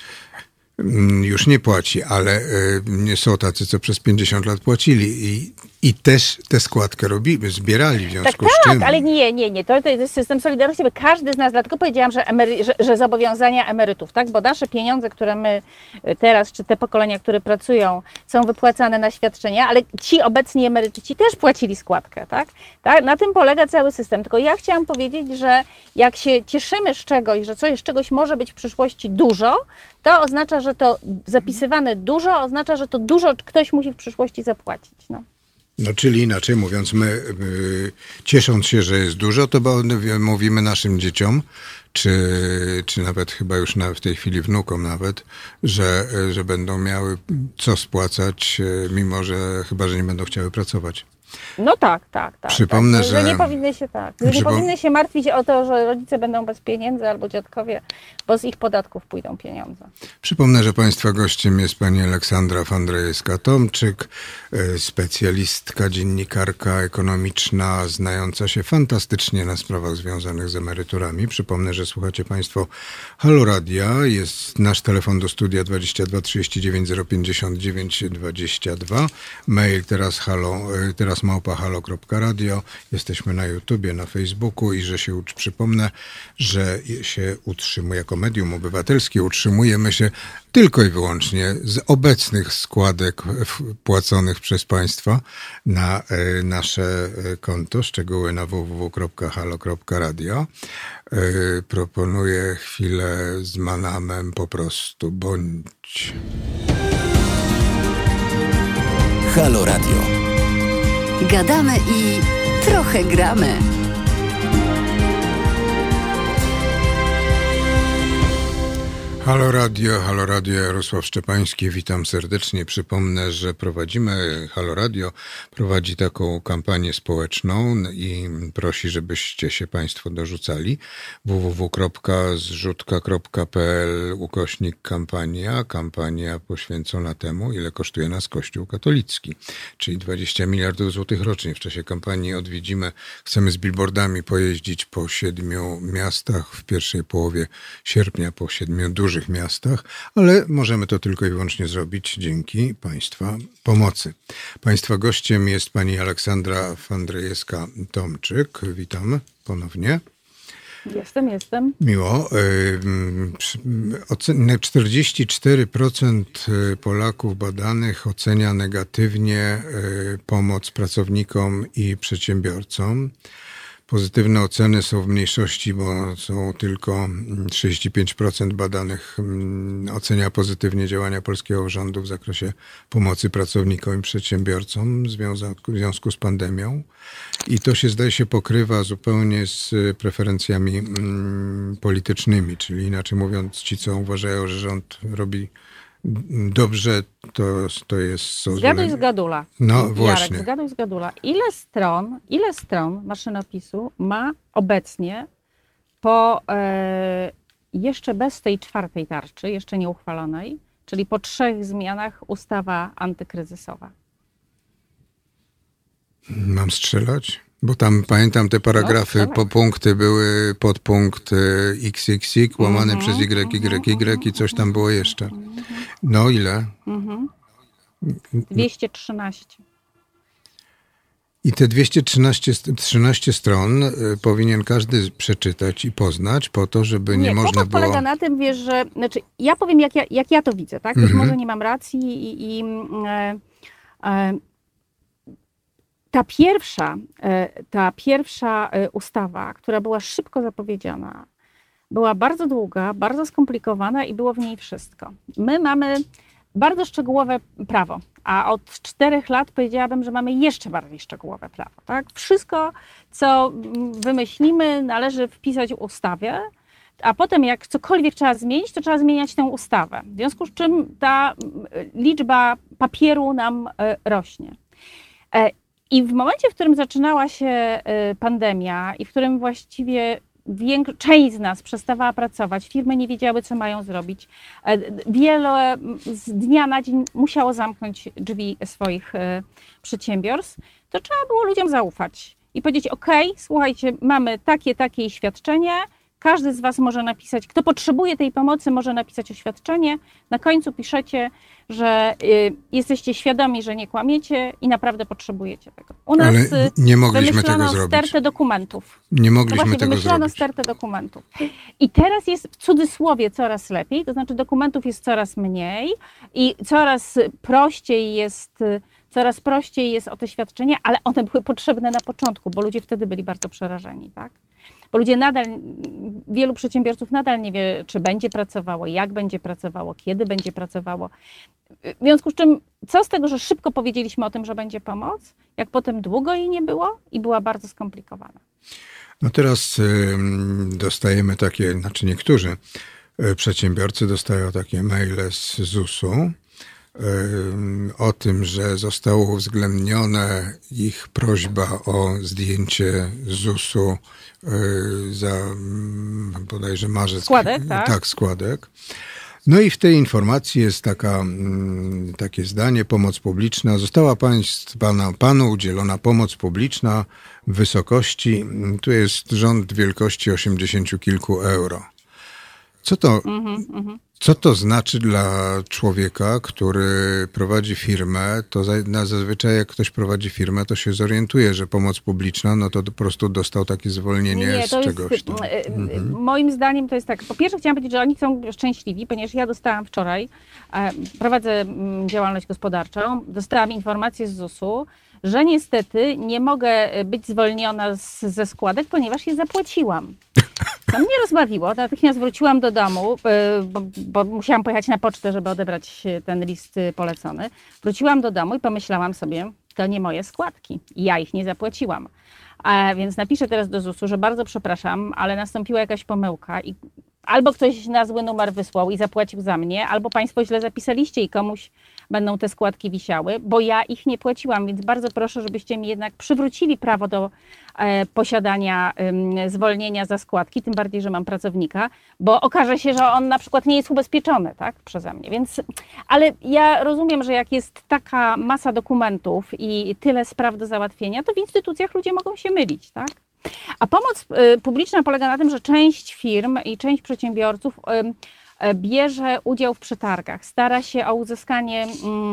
już nie płaci, ale nie są tacy, co przez pięćdziesiąt lat płacili i, i też tę składkę robili, zbierali w związku tak, z czym. Tak, ale nie, nie, nie. To, to jest system solidarności, bo każdy z nas, dlatego powiedziałam, że, emery, że, że zobowiązania emerytów, tak? Bo nasze pieniądze, które my teraz, czy te pokolenia, które pracują, są wypłacane na świadczenia, ale ci obecni emeryci też płacili składkę, tak? tak? Na tym polega cały system. Tylko ja chciałam powiedzieć, że jak się cieszymy z czegoś, że coś z czegoś może być w przyszłości dużo, to oznacza, że to zapisywane dużo, oznacza, że to dużo ktoś musi w przyszłości zapłacić. No. No, czyli inaczej mówiąc, my y, ciesząc się, że jest dużo, to bo mówimy naszym dzieciom, czy, czy nawet chyba już na, w tej chwili wnukom nawet, że, że będą miały co spłacać, mimo że chyba, że nie będą chciały pracować. No tak, tak, tak. Przypomnę, tak, że, że nie powinny się tak. Że Przypom... nie powinny się martwić o to, że rodzice będą bez pieniędzy albo dziadkowie, bo z ich podatków pójdą pieniądze. Przypomnę, że Państwa gościem jest pani Aleksandra Fandrejewska-Tomczyk, specjalistka, dziennikarka ekonomiczna, znająca się fantastycznie na sprawach związanych z emeryturami. Przypomnę, że słuchacie Państwo Halo Radia. Jest nasz telefon do studia dwadzieścia dwa trzydzieści dziewięć zero pięćdziesiąt dziewięć dwadzieścia dwa. Mail teraz halo, teraz małpa halo kropka radio. Jesteśmy na YouTubie, na Facebooku i że się przypomnę, że się utrzymuje, jako medium obywatelskie utrzymujemy się tylko i wyłącznie z obecnych składek płaconych przez Państwa na nasze konto. Szczegóły na w w w kropka halo kropka radio. Proponuję chwilę z Manamem po prostu bądź. Halo Radio. Gadamy i trochę gramy. Halo Radio, Halo Radio, Jarosław Szczepański, witam serdecznie. Przypomnę, że prowadzimy, Halo Radio prowadzi taką kampanię społeczną i prosi, żebyście się Państwo dorzucali. w w w kropka zrzutka kropka p l ukośnik kampania, kampania poświęcona temu, ile kosztuje nas Kościół katolicki, czyli dwadzieścia miliardów złotych rocznie. W czasie kampanii odwiedzimy, chcemy z billboardami pojeździć po siedmiu miastach w pierwszej połowie sierpnia, po siedmiu dużych miastach, ale możemy to tylko i wyłącznie zrobić dzięki Państwa pomocy. Państwa gościem jest pani Aleksandra Fandrejewska-Tomczyk. Witam ponownie. Jestem, jestem. Miło. czterdzieści cztery procent Polaków badanych ocenia negatywnie pomoc pracownikom i przedsiębiorcom. Pozytywne oceny są w mniejszości, bo są tylko trzydzieści pięć procent badanych ocenia pozytywnie działania polskiego rządu w zakresie pomocy pracownikom i przedsiębiorcom w związku z pandemią. I to się, zdaje się, pokrywa zupełnie z preferencjami politycznymi, czyli inaczej mówiąc, ci, co uważają, że rząd robi dobrze, to, to jest... Są zgaduj z gadula. No Jarek, właśnie. Zgaduj z gadula. Ile stron, ile stron maszynopisu ma obecnie po e, jeszcze bez tej czwartej tarczy, jeszcze nie uchwalonej, czyli po trzech zmianach ustawa antykryzysowa? Mam strzelać? Bo tam pamiętam te paragrafy, no, po punkty były podpunkt iks iks iks łamane mm-hmm, przez Y, Y, Y i coś tam było jeszcze. No ile? Mm-hmm. dwieście trzynaście. I te dwieście trzynaście, trzynaście stron y, powinien każdy przeczytać i poznać po to, żeby nie, nie można było... Nie, polega na tym, wiesz, że... Znaczy, ja powiem, jak ja, jak ja to widzę, tak? Być mm-hmm. może nie mam racji i... i e, e, ta pierwsza, ta pierwsza ustawa, która była szybko zapowiedziana, była bardzo długa, bardzo skomplikowana i było w niej wszystko. My mamy bardzo szczegółowe prawo, a od czterech lat powiedziałabym, że mamy jeszcze bardziej szczegółowe prawo. Tak? Wszystko, co wymyślimy, należy wpisać w ustawie, a potem jak cokolwiek trzeba zmienić, to trzeba zmieniać tę ustawę. W związku z czym ta liczba papieru nam rośnie. I w momencie, w którym zaczynała się pandemia i w którym właściwie Większość, część z nas przestawała pracować, firmy nie wiedziały, co mają zrobić. Wiele z dnia na dzień musiało zamknąć drzwi swoich przedsiębiorstw. To trzeba było ludziom zaufać i powiedzieć, ok, słuchajcie, mamy takie, takie świadczenie, każdy z was może napisać, kto potrzebuje tej pomocy, może napisać oświadczenie. Na końcu piszecie, że y, jesteście świadomi, że nie kłamiecie i naprawdę potrzebujecie tego. U nas Ale nie mogliśmy tego zrobić. stertę dokumentów. Nie mogliśmy no tego wymyślono zrobić. stertę dokumentów. I teraz jest w cudzysłowie coraz lepiej, to znaczy dokumentów jest coraz mniej i coraz prościej jest, coraz prościej jest o te świadczenia, ale one były potrzebne na początku, bo ludzie wtedy byli bardzo przerażeni, tak? Bo ludzie nadal, wielu przedsiębiorców nadal nie wie, czy będzie pracowało, jak będzie pracowało, kiedy będzie pracowało. W związku z czym, co z tego, że szybko powiedzieliśmy o tym, że będzie pomoc, jak potem długo jej nie było i była bardzo skomplikowana. No teraz y, dostajemy takie, znaczy niektórzy y, przedsiębiorcy dostają takie maile z zusu y, o tym, że zostało uwzględnione ich prośba o zdjęcie zusu y, za bodajże marzec. Składek, tak? Tak, składek. No i w tej informacji jest taka, takie zdanie, pomoc publiczna. Została państwa, panu udzielona pomoc publiczna w wysokości, tu jest rząd wielkości osiemdziesięciu kilku euro. Co to, mm-hmm, mm-hmm. co to znaczy dla człowieka, który prowadzi firmę? To zazwyczaj jak ktoś prowadzi firmę, to się zorientuje, że pomoc publiczna, no to po prostu dostał takie zwolnienie nie, z czegoś jest, tam. Mm-hmm. Moim zdaniem to jest tak, po pierwsze chciałam powiedzieć, że oni są szczęśliwi, ponieważ ja dostałam wczoraj, prowadzę działalność gospodarczą, dostałam informację z zusu, że niestety nie mogę być zwolniona z, ze składek, ponieważ je zapłaciłam. To mnie rozbawiło. Natychmiast wróciłam do domu, bo, bo musiałam pojechać na pocztę, żeby odebrać ten list polecony. Wróciłam do domu i pomyślałam sobie, to nie moje składki. Ja ich nie zapłaciłam. A więc napiszę teraz do zusu, że bardzo przepraszam, ale nastąpiła jakaś pomyłka i albo ktoś na zły numer wysłał i zapłacił za mnie, albo państwo źle zapisaliście i komuś będą te składki wisiały, bo ja ich nie płaciłam, więc bardzo proszę, żebyście mi jednak przywrócili prawo do e, posiadania e, zwolnienia za składki, tym bardziej, że mam pracownika, bo okaże się, że on na przykład nie jest ubezpieczony, tak, przeze mnie, więc, ale ja rozumiem, że jak jest taka masa dokumentów i tyle spraw do załatwienia, to w instytucjach ludzie mogą się mylić, tak? A pomoc publiczna polega na tym, że część firm i część przedsiębiorców bierze udział w przetargach, stara się o uzyskanie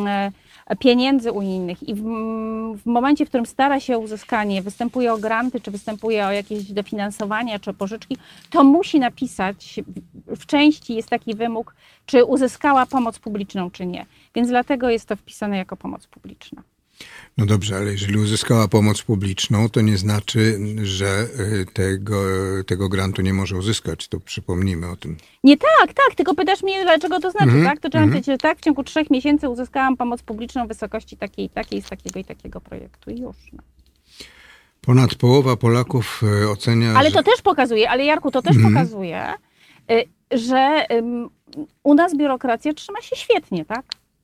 pieniędzy unijnych i w, w momencie, w którym stara się o uzyskanie, występuje o granty, czy występuje o jakieś dofinansowania, czy pożyczki, to musi napisać, w części jest taki wymóg, czy uzyskała pomoc publiczną, czy nie. Więc dlatego jest to wpisane jako pomoc publiczna. No dobrze, ale jeżeli uzyskała pomoc publiczną, to nie znaczy, że tego, tego grantu nie może uzyskać. To przypomnijmy o tym. Nie tak, tak, tylko pytasz mnie, dlaczego to znaczy, mm-hmm, tak? To trzeba mm-hmm. powiedzieć, tak, w ciągu trzech miesięcy uzyskałam pomoc publiczną w wysokości takiej i takiej, z takiego i takiego projektu i już. No. Ponad połowa Polaków ocenia, Ale że... to też pokazuje, ale Jarku, to też mm-hmm. pokazuje, że u nas biurokracja trzyma się świetnie, tak?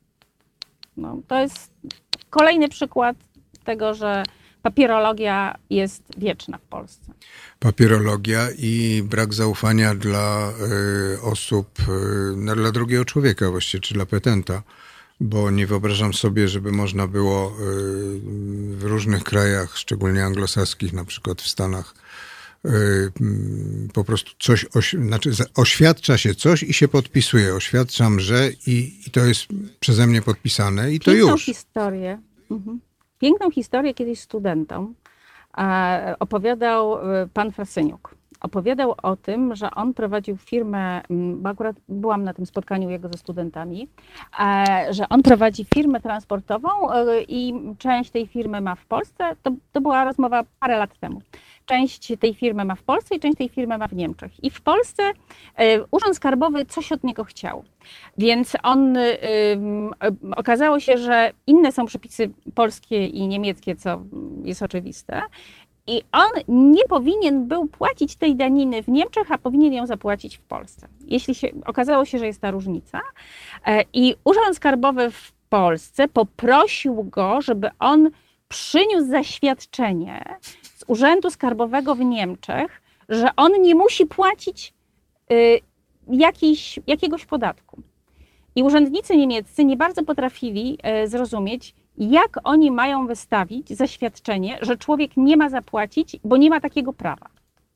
No, to jest kolejny przykład tego, że papierologia jest wieczna w Polsce. Papierologia i brak zaufania dla y, osób, y, dla drugiego człowieka właściwie, czy dla petenta, bo nie wyobrażam sobie, żeby można było y, w różnych krajach, szczególnie anglosaskich, na przykład w Stanach, y, y, po prostu coś, oś, znaczy oświadcza się coś i się podpisuje. Oświadczam, że i, i to jest przeze mnie podpisane i to Piękną już. Historię. Mhm. Piękną historię kiedyś studentom e, opowiadał pan Frasyniuk opowiadał o tym, że on prowadził firmę, bo akurat byłam na tym spotkaniu jego ze studentami, że on prowadzi firmę transportową i część tej firmy ma w Polsce, to, to była rozmowa parę lat temu. Część tej firmy ma w Polsce i część tej firmy ma w Niemczech. I w Polsce Urząd Skarbowy coś od niego chciał. Więc on, okazało się, że inne są przepisy polskie i niemieckie, co jest oczywiste. I on nie powinien był płacić tej daniny w Niemczech, a powinien ją zapłacić w Polsce. Jeśli się, okazało się, że jest ta różnica. I Urząd Skarbowy w Polsce poprosił go, żeby on przyniósł zaświadczenie z Urzędu Skarbowego w Niemczech, że on nie musi płacić y, jakiś, jakiegoś podatku. I urzędnicy niemieccy nie bardzo potrafili y, zrozumieć, jak oni mają wystawić zaświadczenie, że człowiek nie ma zapłacić, bo nie ma takiego prawa.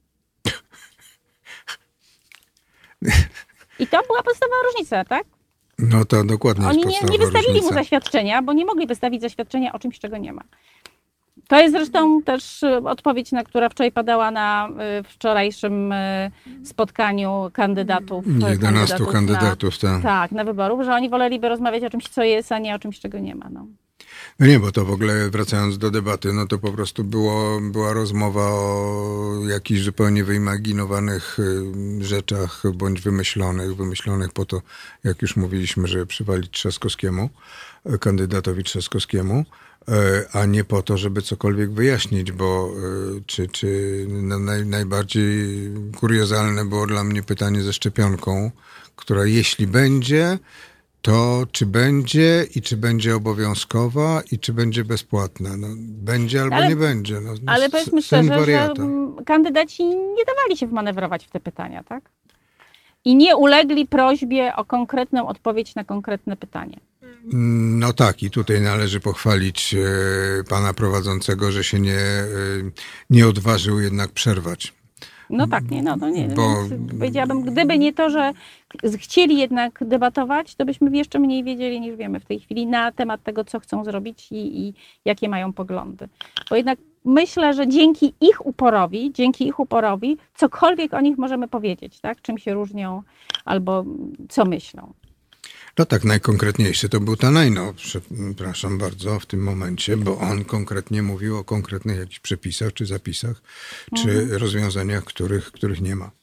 I to była podstawowa różnica, tak? No to dokładnie. Oni nie, nie wystawili różnica. mu zaświadczenia, bo nie mogli wystawić zaświadczenia o czymś, czego nie ma. To jest zresztą też odpowiedź, na która wczoraj padała na wczorajszym spotkaniu kandydatów. jedenastu kandydatów, kandydatów na, tak. Tak, na wyborów, że oni woleliby rozmawiać o czymś, co jest, a nie o czymś, czego nie ma. No. No nie, bo to w ogóle wracając do debaty, no to po prostu było, była rozmowa o jakichś zupełnie wyimaginowanych rzeczach, bądź wymyślonych, wymyślonych po to, jak już mówiliśmy, żeby przywalić Trzaskowskiemu, kandydatowi Trzaskowskiemu, a nie po to, żeby cokolwiek wyjaśnić, bo czy, czy naj, najbardziej kuriozalne było dla mnie pytanie ze szczepionką, która jeśli będzie, to czy będzie i czy będzie obowiązkowa i czy będzie bezpłatna. No, będzie albo ale, nie będzie. No, no, ale powiedzmy szczerze, że kandydaci nie dawali się wmanewrować w te pytania, tak? I nie ulegli prośbie o konkretną odpowiedź na konkretne pytanie. No tak, i tutaj należy pochwalić e, pana prowadzącego, że się nie, e, nie odważył jednak przerwać. No tak, nie, no, no nie. Bo... Powiedziałabym, gdyby nie to, że chcieli jednak debatować, to byśmy jeszcze mniej wiedzieli niż wiemy w tej chwili na temat tego, co chcą zrobić i, i jakie mają poglądy. Bo jednak myślę, że dzięki ich uporowi, dzięki ich uporowi, cokolwiek o nich możemy powiedzieć, tak? Czym się różnią albo co myślą. No tak, najkonkretniejszy to był Tanajno, przepraszam bardzo, w tym momencie, bo on konkretnie mówił o konkretnych jakichś przepisach, czy zapisach, mhm. czy rozwiązaniach, których, których nie ma.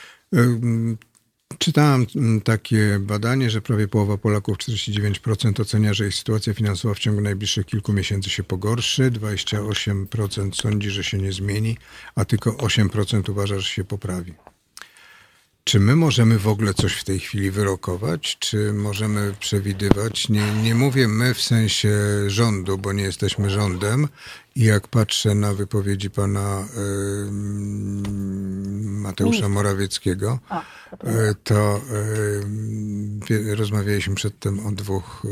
Czytałem takie badanie, że prawie połowa Polaków, czterdzieści dziewięć procent ocenia, że ich sytuacja finansowa w ciągu najbliższych kilku miesięcy się pogorszy, dwadzieścia osiem procent sądzi, że się nie zmieni, a tylko osiem procent uważa, że się poprawi. Czy my możemy w ogóle coś w tej chwili wyrokować? Czy możemy przewidywać? Nie, nie mówię my w sensie rządu, bo nie jesteśmy rządem. I jak patrzę na wypowiedzi pana y, Mateusza Morawieckiego, A, y, to y, rozmawialiśmy przedtem o dwóch, y,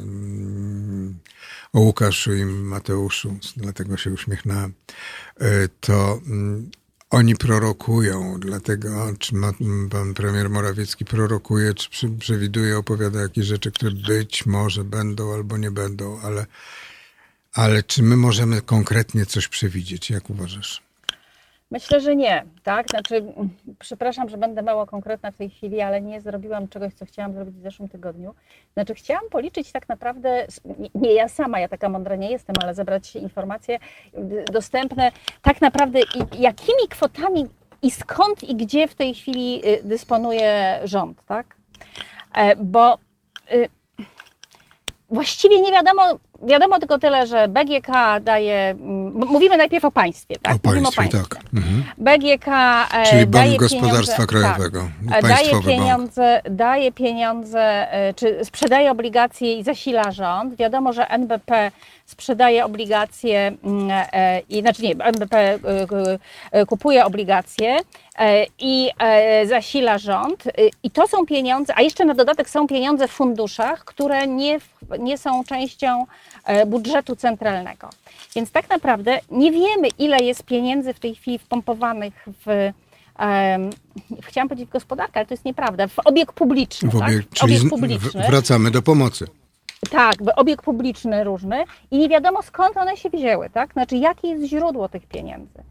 o Łukaszu i Mateuszu, dlatego się uśmiechnąłem. Y, to y, Oni prorokują, dlatego czy ma, pan premier Morawiecki prorokuje, czy przy, przewiduje, opowiada jakieś rzeczy, które być może będą albo nie będą, ale, ale czy my możemy konkretnie coś przewidzieć? Jak uważasz? Myślę, że nie, tak? Znaczy, przepraszam, że będę mało konkretna w tej chwili, ale nie zrobiłam czegoś, co chciałam zrobić w zeszłym tygodniu. Znaczy, chciałam policzyć tak naprawdę, nie ja sama, ja taka mądra nie jestem, ale zebrać informacje dostępne tak naprawdę i jakimi kwotami i skąd i gdzie w tej chwili dysponuje rząd, tak? Bo właściwie nie wiadomo, wiadomo tylko tyle, że B G K daje, mówimy najpierw o państwie, tak? O państwie, o państwie. Tak. Mhm. B G K Czyli daje Bank Gospodarstwa pieniądze, Krajowego. Tak, daje pieniądze, bank. daje pieniądze, czy sprzedaje obligacje i zasila rząd. Wiadomo, że N B P sprzedaje obligacje, i, znaczy nie, N B P kupuje obligacje i zasila rząd. I to są pieniądze, a jeszcze na dodatek są pieniądze w funduszach, które nie, nie są częścią budżetu centralnego. Więc tak naprawdę nie wiemy, ile jest pieniędzy w tej chwili wpompowanych w, um, chciałam powiedzieć w gospodarkę, ale to jest nieprawda, w obieg publiczny. W obieg, tak? Czyli obieg publiczny. Wracamy do pomocy. Tak, w obieg publiczny różny i nie wiadomo, skąd one się wzięły, tak? Znaczy, jakie jest źródło tych pieniędzy.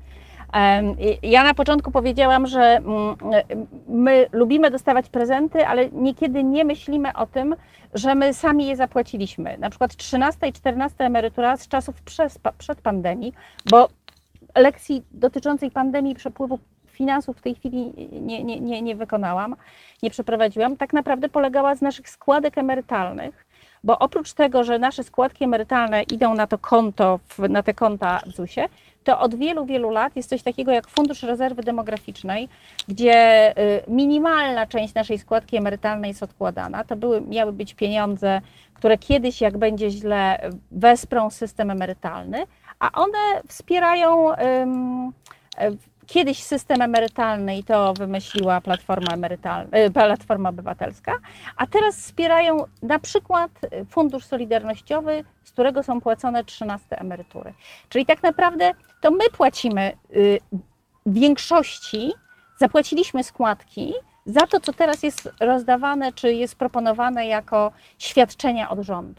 Ja na początku powiedziałam, że my lubimy dostawać prezenty, ale niekiedy nie myślimy o tym, że my sami je zapłaciliśmy. Na przykład trzynasta i czternasta emerytura z czasów przed pandemii, bo lekcji dotyczącej pandemii i przepływu finansów w tej chwili nie, nie, nie, nie wykonałam, nie przeprowadziłam, tak naprawdę polegała z naszych składek emerytalnych, bo oprócz tego, że nasze składki emerytalne idą na to konto, na te konta w zusie, to od wielu, wielu lat jest coś takiego jak Fundusz Rezerwy Demograficznej, gdzie minimalna część naszej składki emerytalnej jest odkładana. To były, miały być pieniądze, które kiedyś, jak będzie źle, wesprą system emerytalny, a one wspierają um, kiedyś system emerytalny i to wymyśliła Platforma emerytalna, Platforma Obywatelska, a teraz wspierają na przykład Fundusz Solidarnościowy, z którego są płacone trzynaste emerytury. Czyli tak naprawdę to my płacimy w większości, zapłaciliśmy składki za to, co teraz jest rozdawane, czy jest proponowane jako świadczenia od rządu.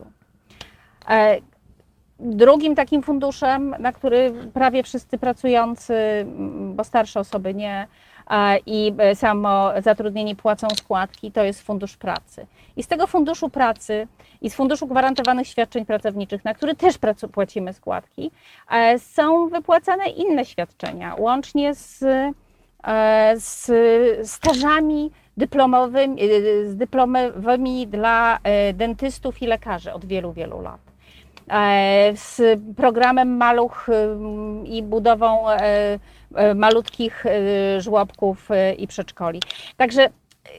Drugim takim funduszem, na który prawie wszyscy pracujący, bo starsze osoby nie, i samozatrudnieni płacą składki, to jest Fundusz Pracy. I z tego Funduszu Pracy i z Funduszu Gwarantowanych Świadczeń Pracowniczych, na który też płacimy składki, są wypłacane inne świadczenia, łącznie z, z stażami dyplomowymi, z dyplomowymi dla dentystów i lekarzy od wielu, wielu lat. Z programem Maluch i budową malutkich żłobków i przedszkoli. Także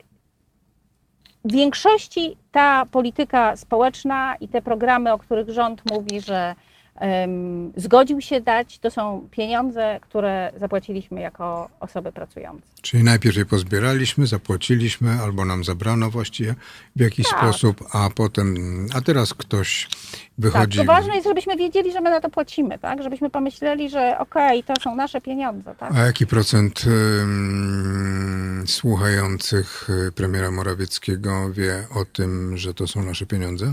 w większości ta polityka społeczna i te programy, o których rząd mówi, że um, zgodził się dać, to są pieniądze, które zapłaciliśmy jako osoby pracujące. Czyli najpierw je pozbieraliśmy, zapłaciliśmy, albo nam zabrano właściwie w jakiś tak. sposób, a potem, a teraz ktoś wychodzi... Tak, to ważne jest, żebyśmy wiedzieli, że my na to płacimy, tak? Żebyśmy pomyśleli, że okej, okay, to są nasze pieniądze, tak? A jaki procent um, słuchających premiera Morawieckiego wie o tym, że to są nasze pieniądze?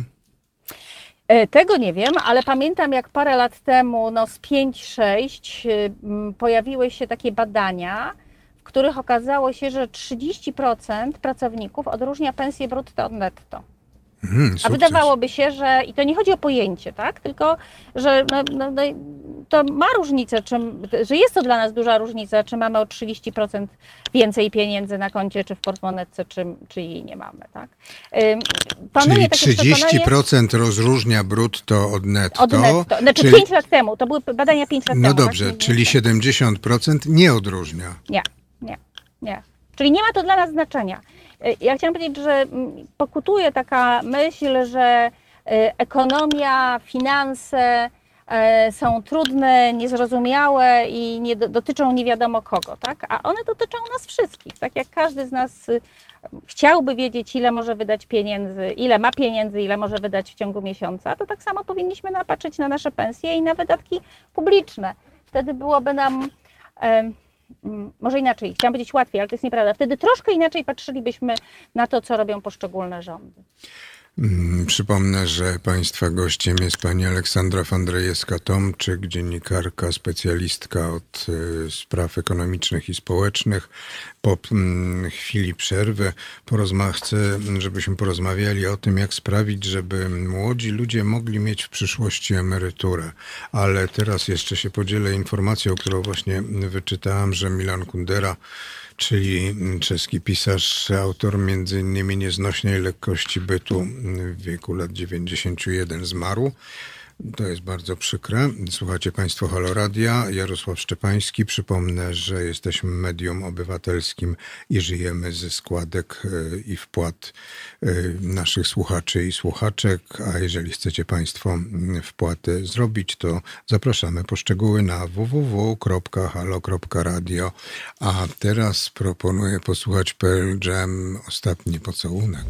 Tego nie wiem, ale pamiętam, jak parę lat temu, no z pięć sześć, pojawiły się takie badania, w których okazało się, że trzydzieści procent pracowników odróżnia pensję brutto od netto. Hmm, A wydawałoby się, że, i to nie chodzi o pojęcie, tak? Tylko, że no, no, no, to ma różnicę, czy, że jest to dla nas duża różnica, czy mamy o trzydzieści procent więcej pieniędzy na koncie, czy w portmonetce, czy, czy jej nie mamy, tak? Czyli trzydzieści procent rozróżnia brutto od netto. Od netto. Znaczy czyli... pięć lat temu, to były badania pięć lat no temu. No dobrze, tak? Czyli siedemdziesiąt procent nie odróżnia. Nie, nie, nie. Czyli nie ma to dla nas znaczenia. Ja chciałam powiedzieć, że pokutuje taka myśl, że ekonomia, finanse są trudne, niezrozumiałe i nie dotyczą nie wiadomo kogo, tak? A one dotyczą nas wszystkich, tak jak każdy z nas chciałby wiedzieć, ile może wydać pieniędzy, ile ma pieniędzy, ile może wydać w ciągu miesiąca, to tak samo powinniśmy napatrzeć na nasze pensje i na wydatki publiczne. Wtedy byłoby nam... Może inaczej, chciałam powiedzieć łatwiej, ale to jest nieprawda. Wtedy troszkę inaczej patrzylibyśmy na to, co robią poszczególne rządy. Przypomnę, że Państwa gościem jest pani Aleksandra Fandrejewska-Tomczyk, dziennikarka, specjalistka od spraw ekonomicznych i społecznych. Po chwili przerwy porozma- chcę, żebyśmy porozmawiali o tym, jak sprawić, żeby młodzi ludzie mogli mieć w przyszłości emeryturę. Ale teraz jeszcze się podzielę informacją, którą właśnie wyczytałam, że Milan Kundera, czyli czeski pisarz, autor między innymi Nieznośnej lekkości bytu, w wieku lat dziewięćdziesięciu jeden zmarł. To jest bardzo przykre. Słuchacie Państwo Halo Radia. Jarosław Szczepański. Przypomnę, że jesteśmy medium obywatelskim i żyjemy ze składek i wpłat naszych słuchaczy i słuchaczek. A jeżeli chcecie Państwo wpłatę zrobić, to zapraszamy po szczegóły na w w w kropka halo kropka radio. A teraz proponuję posłuchać Pearl Jam, Ostatni pocałunek.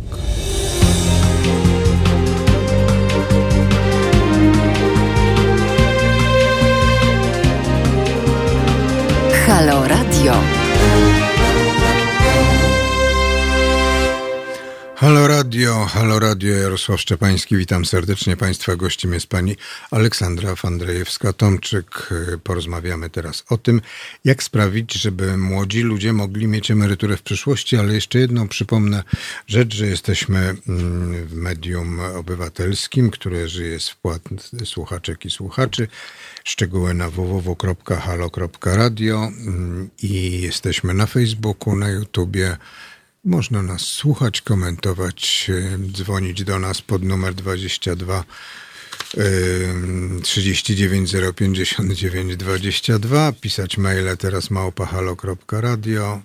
Halo Radio. Halo Radio, To Halo Radio, Jarosław Szczepański. Witam serdecznie Państwa. Gościem jest pani Aleksandra Fandrejewska-Tomczyk. Porozmawiamy teraz o tym, jak sprawić, żeby młodzi ludzie mogli mieć emeryturę w przyszłości, ale jeszcze jedną przypomnę rzecz, że jesteśmy w medium obywatelskim, które żyje z wpłat słuchaczek i słuchaczy. Szczegóły na w w w kropka halo kropka radio i jesteśmy na Facebooku, na YouTubie. Można nas słuchać, komentować, dzwonić do nas pod numer dwadzieścia dwa trzydzieści dziewięć zero pięćdziesiąt dziewięć dwadzieścia dwa, pisać maile teraz małpa halo kropka radio.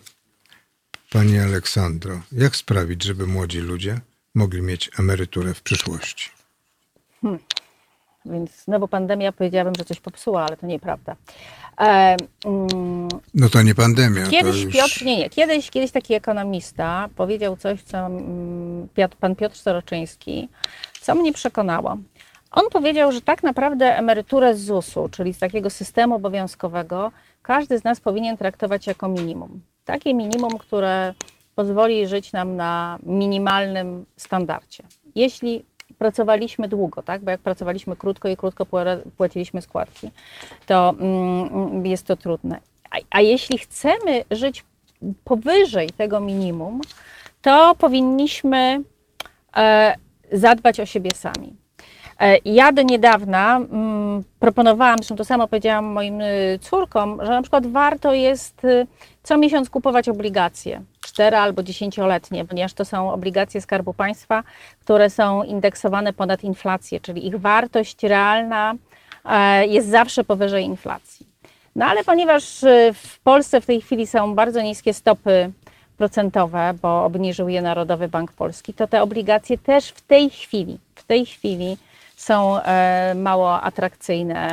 Pani Aleksandro, jak sprawić, żeby młodzi ludzie mogli mieć emeryturę w przyszłości? Hmm. Więc znowu pandemia, powiedziałabym, że coś popsuła, ale to nieprawda. E, mm, no to nie pandemia. Kiedyś to już... Piotr, nie, nie, kiedyś, kiedyś taki ekonomista powiedział coś, co mm, Piotr, pan Piotr Soroczyński, co mnie przekonało. On powiedział, że tak naprawdę emeryturę z zusu, czyli z takiego systemu obowiązkowego, każdy z nas powinien traktować jako minimum. Takie minimum, które pozwoli żyć nam na minimalnym standardzie. Jeśli pracowaliśmy długo, tak? Bo jak pracowaliśmy krótko i krótko płaciliśmy składki, to mm, jest to trudne. A, a jeśli chcemy żyć powyżej tego minimum, to powinniśmy e, zadbać o siebie sami. E, ja do niedawna mm, proponowałam, zresztą to samo powiedziałam moim córkom, że na przykład warto jest co miesiąc kupować obligacje. cztero albo dziesięcioletnie, ponieważ to są obligacje Skarbu Państwa, które są indeksowane ponad inflację, czyli ich wartość realna jest zawsze powyżej inflacji. No ale ponieważ w Polsce w tej chwili są bardzo niskie stopy procentowe, bo obniżył je Narodowy Bank Polski, to te obligacje też w tej chwili, w tej chwili są mało atrakcyjne,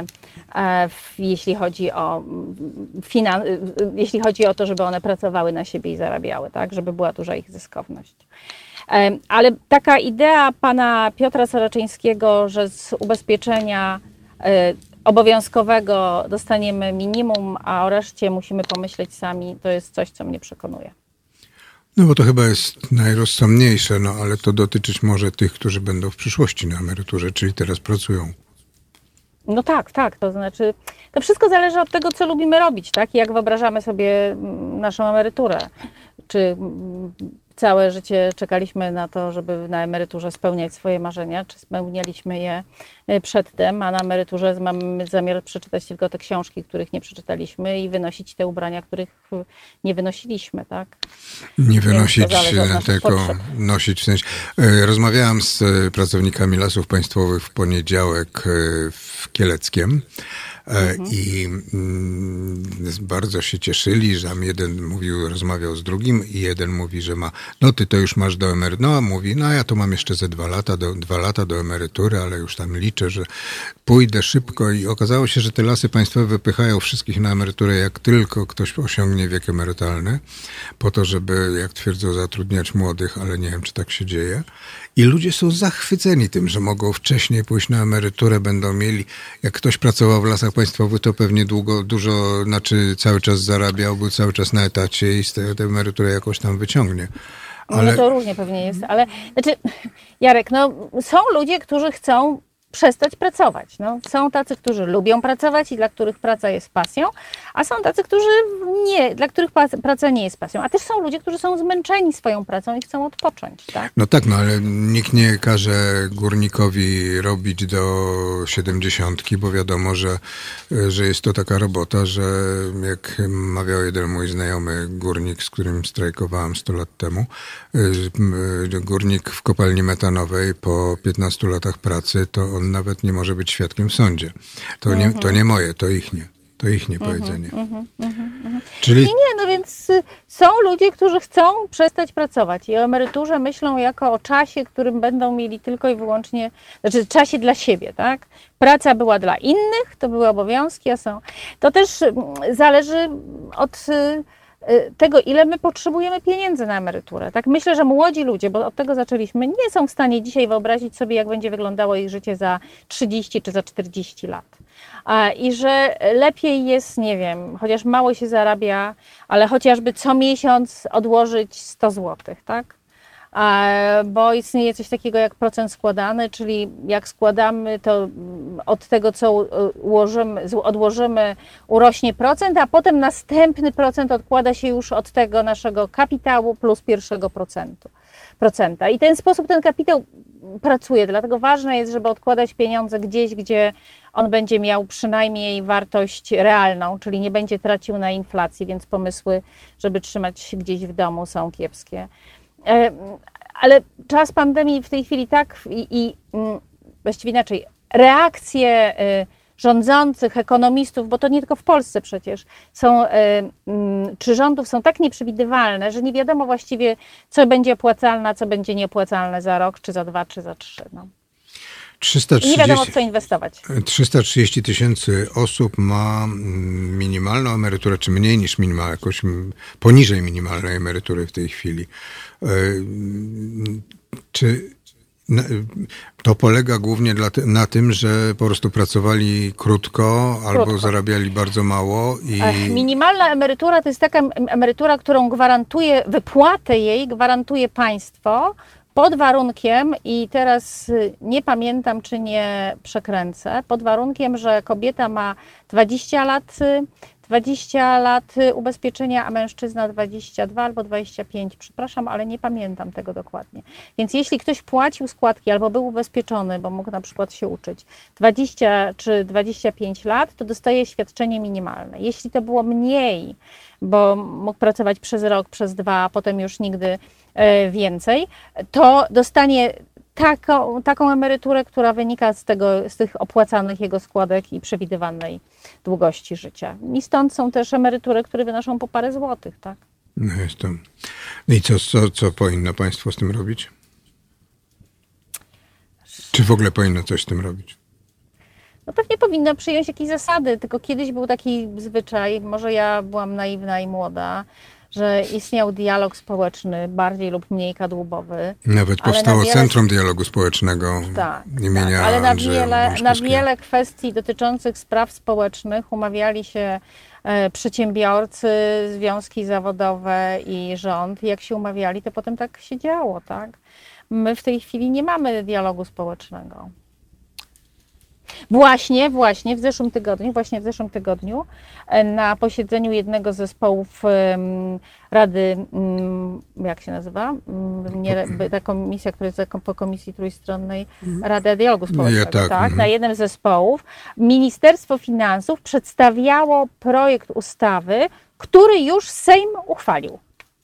jeśli chodzi o finan- jeśli chodzi o to, żeby one pracowały na siebie i zarabiały, tak, żeby była duża ich zyskowność. Ale taka idea pana Piotra Soroczyńskiego, że z ubezpieczenia obowiązkowego dostaniemy minimum, a o reszcie musimy pomyśleć sami, to jest coś, co mnie przekonuje. No bo to chyba jest najrozsądniejsze, no ale to dotyczyć może tych, którzy będą w przyszłości na emeryturze, czyli teraz pracują. No tak, tak, to znaczy, to wszystko zależy od tego, co lubimy robić, tak? Jak wyobrażamy sobie naszą emeryturę. Czy całe życie czekaliśmy na to, żeby na emeryturze spełniać swoje marzenia, czy spełnialiśmy je przedtem, a na emeryturze mamy zamiar przeczytać tylko te książki, których nie przeczytaliśmy i wynosić te ubrania, których nie wynosiliśmy, tak? Nie wynosić, tylko nosić w sensie. Rozmawiałam z pracownikami Lasów Państwowych w poniedziałek w Kieleckiem. Mhm. I mm, bardzo się cieszyli, że tam jeden mówił, rozmawiał z drugim i jeden mówi, że ma, no ty to już masz do emerytury, no a mówi, no ja to mam jeszcze ze dwa lata, do, dwa lata do emerytury, ale już tam liczę, że pójdę szybko i okazało się, że te Lasy Państwowe wypychają wszystkich na emeryturę, jak tylko ktoś osiągnie wiek emerytalny, po to, żeby, jak twierdzą, zatrudniać młodych, ale nie wiem, czy tak się dzieje. I ludzie są zachwyceni tym, że mogą wcześniej pójść na emeryturę, będą mieli, jak ktoś pracował w Lasach Państwowych, to pewnie długo, dużo, znaczy cały czas zarabiał, był cały czas na etacie i z tej, tej emerytury jakoś tam wyciągnie. Ale... No to różnie pewnie jest, ale znaczy, Jarek, no są ludzie, którzy chcą przestać pracować. No, są tacy, którzy lubią pracować i dla których praca jest pasją, a są tacy, którzy nie, dla których praca nie jest pasją. A też są ludzie, którzy są zmęczeni swoją pracą i chcą odpocząć. Tak? No tak, no ale nikt nie każe górnikowi robić do siedemdziesiątki, bo wiadomo, że, że jest to taka robota, że jak mawiał jeden mój znajomy górnik, z którym strajkowałem sto lat temu, górnik w kopalni metanowej po piętnastu latach pracy, to on nawet nie może być świadkiem w sądzie. To, nie, to nie moje, to ich nie. To ich nie powiedzenie. Mm-hmm, mm-hmm. Czyli... Nie, nie, no więc są ludzie, którzy chcą przestać pracować i o emeryturze myślą jako o czasie, którym będą mieli tylko i wyłącznie, znaczy czasie dla siebie, tak? Praca była dla innych, to były obowiązki, a są... To też zależy od tego, ile my potrzebujemy pieniędzy na emeryturę. Tak myślę, że młodzi ludzie, bo od tego zaczęliśmy, nie są w stanie dzisiaj wyobrazić sobie, jak będzie wyglądało ich życie za trzydzieści czy za czterdzieści lat. I że lepiej jest, nie wiem, chociaż mało się zarabia, ale chociażby co miesiąc odłożyć sto złotych, tak? bo istnieje coś takiego jak procent składany, czyli jak składamy, to od tego, co ułożymy, odłożymy, urośnie procent, a potem następny procent odkłada się już od tego naszego kapitału plus pierwszego procentu. procenta. I w ten sposób ten kapitał pracuje, dlatego ważne jest, żeby odkładać pieniądze gdzieś, gdzie on będzie miał przynajmniej wartość realną, czyli nie będzie tracił na inflacji, więc pomysły, żeby trzymać się gdzieś w domu, są kiepskie. Ale czas pandemii w tej chwili tak i, i właściwie inaczej, reakcje rządzących, ekonomistów, bo to nie tylko w Polsce przecież, są, czy rządów są tak nieprzewidywalne, że nie wiadomo właściwie, co będzie opłacalne, a co będzie nieopłacalne za rok, czy za dwa, czy za trzy. No. trzysta trzydzieści, I nie wiadomo, w co inwestować. trzysta trzydzieści tysięcy osób ma minimalną emeryturę, czy mniej niż minimalną, jakoś poniżej minimalnej emerytury w tej chwili. Czy to polega głównie na tym, że po prostu pracowali krótko albo krótko. zarabiali bardzo mało? I... Minimalna emerytura to jest taka emerytura, którą gwarantuje, wypłatę jej gwarantuje państwo pod warunkiem, i teraz nie pamiętam, czy nie przekręcę, pod warunkiem, że kobieta ma dwadzieścia lat, dwadzieścia lat ubezpieczenia, a mężczyzna dwadzieścia dwa albo dwadzieścia pięć, przepraszam, ale nie pamiętam tego dokładnie. Więc jeśli ktoś płacił składki albo był ubezpieczony, bo mógł na przykład się uczyć, dwadzieścia czy dwadzieścia pięć lat, to dostaje świadczenie minimalne. Jeśli to było mniej, bo mógł pracować przez rok, przez dwa, a potem już nigdy więcej, to dostanie taką, taką emeryturę, która wynika z, tego, z tych opłacanych jego składek i przewidywanej długości życia. I stąd są też emerytury, które wynoszą po parę złotych, tak? No jest to. No i co, co, co powinno państwo z tym robić? Czy w ogóle powinno coś z tym robić? No pewnie powinno przyjąć jakieś zasady, tylko kiedyś był taki zwyczaj, może ja byłam naiwna i młoda, że istniał dialog społeczny, bardziej lub mniej kadłubowy. Nawet powstało wiele... Centrum Dialogu Społecznego tak, imienia tak, ale na Andrzeja wiele, na wiele kwestii dotyczących spraw społecznych umawiali się e, przedsiębiorcy, związki zawodowe i rząd. Jak się umawiali, to potem tak się działo, tak? My w tej chwili nie mamy dialogu społecznego. Właśnie, właśnie w zeszłym tygodniu, właśnie w zeszłym tygodniu na posiedzeniu jednego z zespołów Rady, jak się nazywa? Nie, ta komisja, która jest po Komisji Trójstronnej, Rada Dialogu Społecznego, ja tak, tak? Na jednym z zespołów Ministerstwo Finansów przedstawiało projekt ustawy, który już Sejm uchwalił.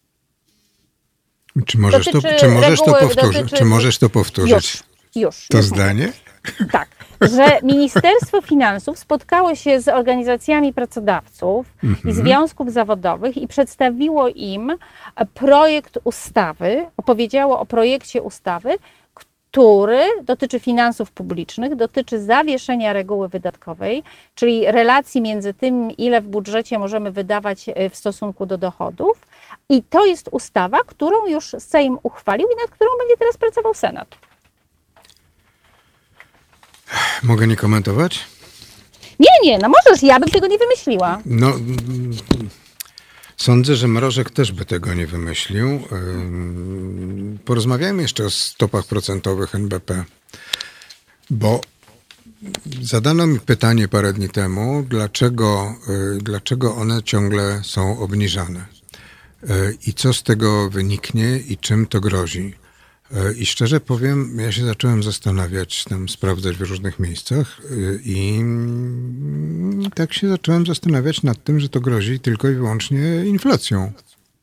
Czy możesz, to, czy możesz to powtórzyć? Dotyczy... Czy możesz to powtórzyć? Już, już. To już zdanie? Mówię. Tak, że Ministerstwo Finansów spotkało się z organizacjami pracodawców mm-hmm. i związków zawodowych i przedstawiło im projekt ustawy, opowiedziało o projekcie ustawy, który dotyczy finansów publicznych, dotyczy zawieszenia reguły wydatkowej, czyli relacji między tym, ile w budżecie możemy wydawać w stosunku do dochodów. I to jest ustawa, którą już Sejm uchwalił i nad którą będzie teraz pracował Senat. Mogę nie komentować? Nie, nie, no możesz, ja bym tego nie wymyśliła. No, sądzę, że Mrożek też by tego nie wymyślił. Porozmawiajmy jeszcze o stopach procentowych N B P, bo zadano mi pytanie parę dni temu, dlaczego, dlaczego one ciągle są obniżane i co z tego wyniknie i czym to grozi. I szczerze powiem, ja się zacząłem zastanawiać, tam sprawdzać w różnych miejscach i tak się zacząłem zastanawiać nad tym, że to grozi tylko i wyłącznie inflacją.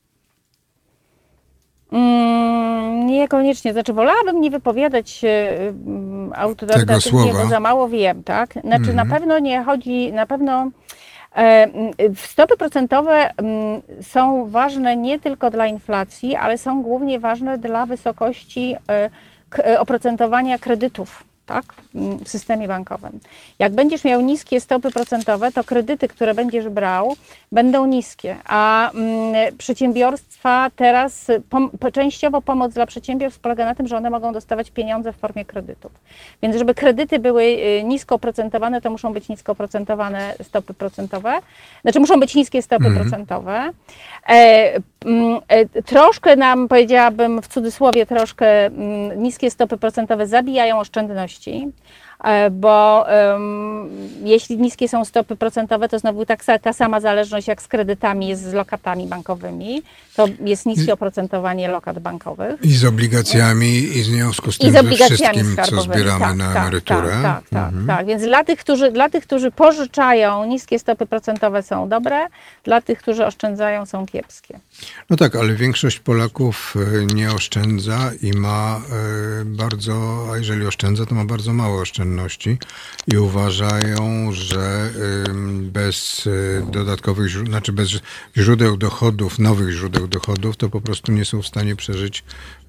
Mm, niekoniecznie. Znaczy wolałabym nie wypowiadać się autorytatywnie, bo za mało wiem, tak? Znaczy mm. na pewno nie chodzi, na pewno stopy procentowe są ważne nie tylko dla inflacji, ale są głównie ważne dla wysokości oprocentowania kredytów tak? W systemie bankowym. Jak będziesz miał niskie stopy procentowe, to kredyty, które będziesz brał, będą niskie, a mm, przedsiębiorstwa teraz, pom, częściowo pomoc dla przedsiębiorstw polega na tym, że one mogą dostawać pieniądze w formie kredytów. Więc żeby kredyty były nisko oprocentowane, to muszą być nisko oprocentowane stopy procentowe, znaczy muszą być niskie stopy mm. procentowe. E, e, troszkę nam, powiedziałabym w cudzysłowie, troszkę m, niskie stopy procentowe zabijają oszczędności, bo um, jeśli niskie są stopy procentowe, to znowu tak, ta sama zależność jak z kredytami jest z lokatami bankowymi, to jest niskie oprocentowanie lokat bankowych. I z obligacjami i w związku z tym ze wszystkim, co zbieramy tak, na tak, emeryturę. Tak, tak, tak, mhm. tak. Więc dla tych, którzy, dla tych, którzy pożyczają, niskie stopy procentowe są dobre, dla tych, którzy oszczędzają, są kiepskie. No tak, ale większość Polaków nie oszczędza i ma bardzo, a jeżeli oszczędza, to ma bardzo małe oszczędności i uważają, że bez dodatkowych, znaczy bez źródeł dochodów, nowych źródeł dochodów, to po prostu nie są w stanie przeżyć,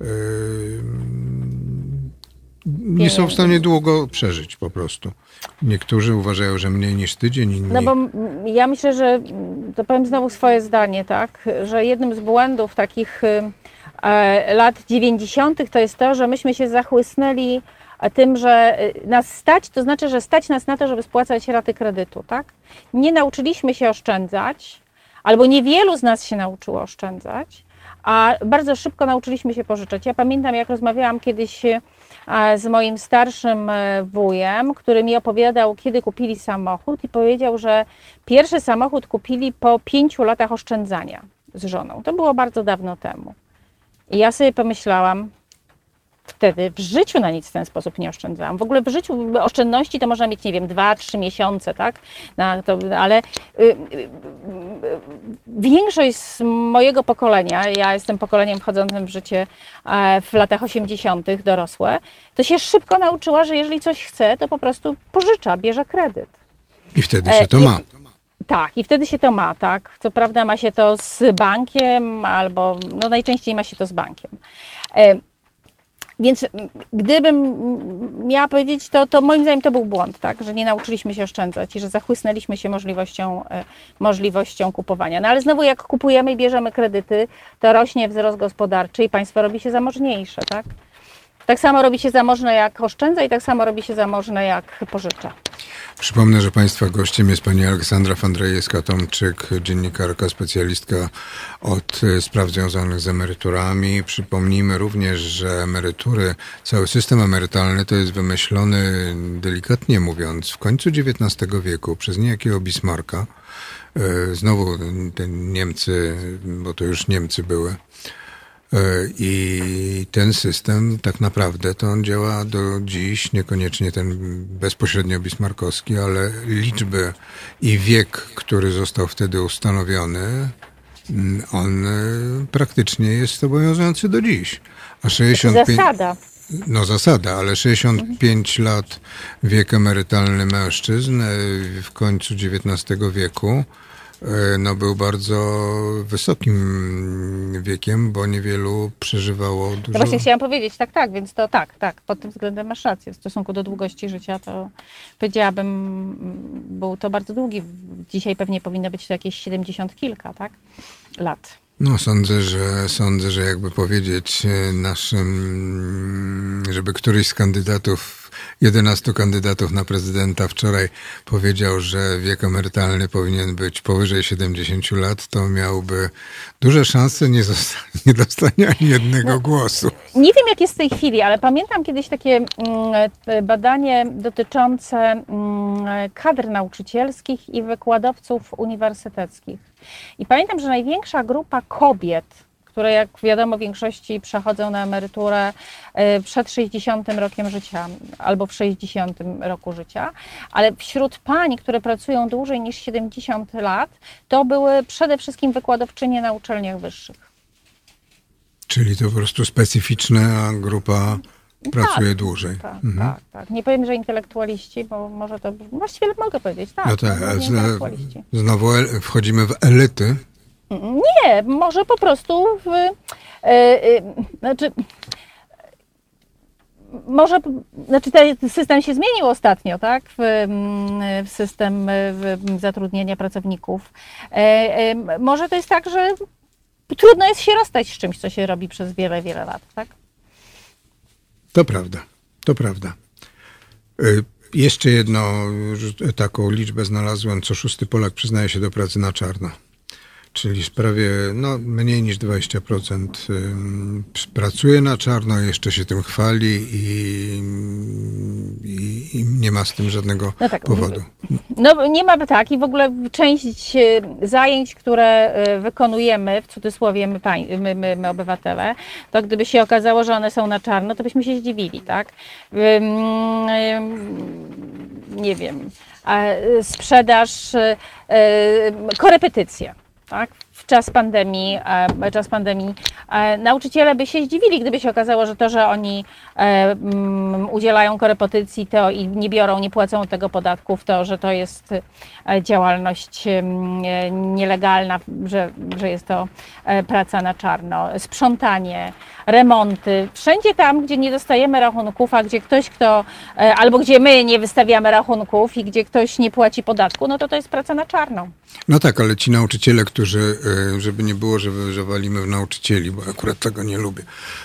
nie są w stanie długo przeżyć po prostu. Niektórzy uważają, że mniej niż tydzień, inni... No bo ja myślę, że, to powiem znowu swoje zdanie, tak, że jednym z błędów takich e, lat dziewięćdziesiątych to jest to, że myśmy się zachłysnęli tym, że nas stać, to znaczy, że stać nas na to, żeby spłacać raty kredytu, tak? Nie nauczyliśmy się oszczędzać, albo niewielu z nas się nauczyło oszczędzać, a bardzo szybko nauczyliśmy się pożyczać. Ja pamiętam, jak rozmawiałam kiedyś z moim starszym wujem, który mi opowiadał, kiedy kupili samochód i powiedział, że pierwszy samochód kupili po pięciu latach oszczędzania z żoną. To było bardzo dawno temu. I ja sobie pomyślałam, wtedy w życiu na nic w ten sposób nie oszczędzałam. W ogóle w życiu oszczędności to można mieć, nie wiem, dwa, trzy miesiące, tak? Na to, ale y, y, y, większość z mojego pokolenia, ja jestem pokoleniem wchodzącym w życie e, w latach osiemdziesiątych, dorosłe, to się szybko nauczyła, że jeżeli coś chce, to po prostu pożycza, bierze kredyt. I wtedy się to ma. Tak, i wtedy się to ma, tak. Co prawda ma się to z bankiem, albo no najczęściej ma się to z bankiem. E, Więc gdybym miała powiedzieć, to, to moim zdaniem to był błąd, tak? Że nie nauczyliśmy się oszczędzać i że zachłysnęliśmy się możliwością, możliwością kupowania. No ale znowu jak kupujemy i bierzemy kredyty, to rośnie wzrost gospodarczy i państwo robi się zamożniejsze, tak? Tak samo robi się zamożne jak oszczędza i tak samo robi się zamożne jak pożycza. Przypomnę, że Państwa gościem jest pani Aleksandra Fandrejewska-Tomczyk, dziennikarka, specjalistka od spraw związanych z emeryturami. Przypomnijmy również, że emerytury, cały system emerytalny to jest wymyślony, delikatnie mówiąc, w końcu dziewiętnastego wieku przez niejakiego Bismarcka. Znowu te Niemcy, bo to już Niemcy były. I ten system tak naprawdę to on działa do dziś, niekoniecznie ten bezpośrednio bismarckowski, ale liczby i wiek, który został wtedy ustanowiony, on praktycznie jest obowiązujący do dziś. A sześćdziesiąt pięć Zasada. No zasada, ale sześćdziesiąt pięć lat wiek emerytalny mężczyzn w końcu dziewiętnastego wieku no był bardzo wysokim wiekiem, bo niewielu przeżywało dużo. No właśnie chciałam powiedzieć, tak, tak, więc to tak, tak, pod tym względem masz rację. W stosunku do długości życia to powiedziałabym, był to bardzo długi. Dzisiaj pewnie powinno być to jakieś siedemdziesiąt kilka, tak, lat. No sądzę, że sądzę, że jakby powiedzieć naszym, żeby któryś z kandydatów, jedenastu kandydatów na prezydenta wczoraj powiedział, że wiek emerytalny powinien być powyżej siedemdziesięciu lat, to miałby duże szanse nie, zosta- nie dostania ani jednego no, głosu. Nie wiem, jak jest w tej chwili, ale pamiętam kiedyś takie mm, badanie dotyczące mm, kadr nauczycielskich i wykładowców uniwersyteckich. I pamiętam, że największa grupa kobiet, które jak wiadomo w większości przechodzą na emeryturę przed sześćdziesiątym rokiem życia albo w sześćdziesiątym roku życia, ale wśród pań, które pracują dłużej niż siedemdziesiąt lat, to były przede wszystkim wykładowczynie na uczelniach wyższych. Czyli to po prostu specyficzna grupa pracuje tak, dłużej. Tak, mhm. tak, tak. Nie powiem, że intelektualiści, bo może to, właściwie mogę powiedzieć, tak. No tak, a znowu wchodzimy w elity. Nie, może po prostu w, yy, yy, znaczy może, znaczy ten system się zmienił ostatnio, tak? W, w system zatrudnienia pracowników. Może to jest tak, że trudno jest się rozstać z czymś, co się robi przez wiele, wiele lat, tak? To prawda, to prawda. Y, jeszcze jedną taką liczbę znalazłem, co szósty Polak przyznaje się do pracy na czarno. Czyli prawie no, mniej niż dwadzieścia procent pracuje na czarno, jeszcze się tym chwali i, i, i nie ma z tym żadnego no tak, powodu. No nie ma tak i w ogóle część zajęć, które wykonujemy, w cudzysłowie my, my, my, my obywatele, to gdyby się okazało, że one są na czarno, to byśmy się zdziwili, tak? Nie wiem, sprzedaż, korepetycja. Tak? W czas pandemii, czas pandemii nauczyciele by się zdziwili, gdyby się okazało, że to, że oni udzielają korepetycji to i nie biorą, nie płacą tego podatków, to, że to jest działalność nielegalna, że, że jest to praca na czarno, sprzątanie, remonty. Wszędzie tam, gdzie nie dostajemy rachunków, a gdzie ktoś, kto, albo gdzie my nie wystawiamy rachunków i gdzie ktoś nie płaci podatku, no to to jest praca na czarno. No tak, ale ci nauczyciele, którzy, żeby nie było, że, że walimy w nauczycieli, bo akurat tego nie lubię,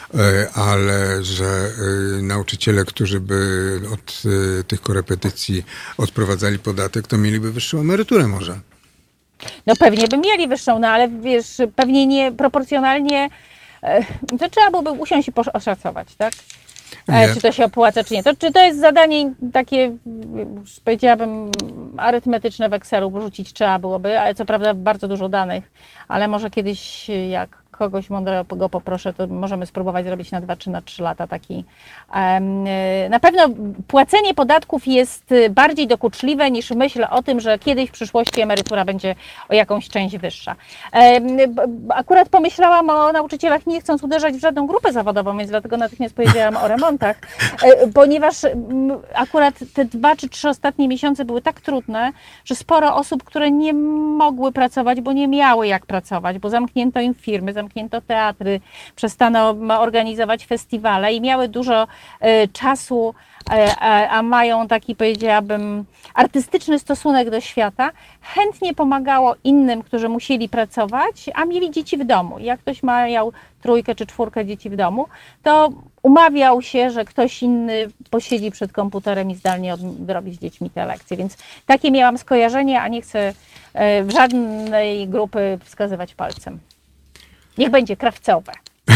ale że nauczyciele, którzy by od tych korepetycji odprowadzali podatek, to mieliby wyższą emeryturę może. No pewnie by mieli wyższą, no ale wiesz, pewnie nie proporcjonalnie, to trzeba byłoby usiąść i oszacować, tak? Nie. Czy to się opłaca, czy nie. To, czy to jest zadanie takie, powiedziałabym, arytmetyczne w Excelu, rzucić trzeba byłoby, ale co prawda bardzo dużo danych, ale może kiedyś jak kogoś mądrego poproszę, to możemy spróbować zrobić na dwa czy na trzy lata taki. Na pewno płacenie podatków jest bardziej dokuczliwe niż myśl o tym, że kiedyś w przyszłości emerytura będzie o jakąś część wyższa. Akurat pomyślałam o nauczycielach, nie chcąc uderzać w żadną grupę zawodową, więc dlatego natychmiast powiedziałam o remontach, ponieważ akurat te dwa czy trzy ostatnie miesiące były tak trudne, że sporo osób, które nie mogły pracować, bo nie miały jak pracować, bo zamknięto im firmy, zamknięto teatry, przestano organizować festiwale i miały dużo y, czasu, y, a, a mają taki, powiedziałabym, artystyczny stosunek do świata, chętnie pomagało innym, którzy musieli pracować, a mieli dzieci w domu. Jak ktoś miał trójkę czy czwórkę dzieci w domu, to umawiał się, że ktoś inny posiedzi przed komputerem i zdalnie odrobi z dziećmi te lekcje. Więc takie miałam skojarzenie, a nie chcę y, w żadnej grupy wskazywać palcem. Niech będzie krawcowe.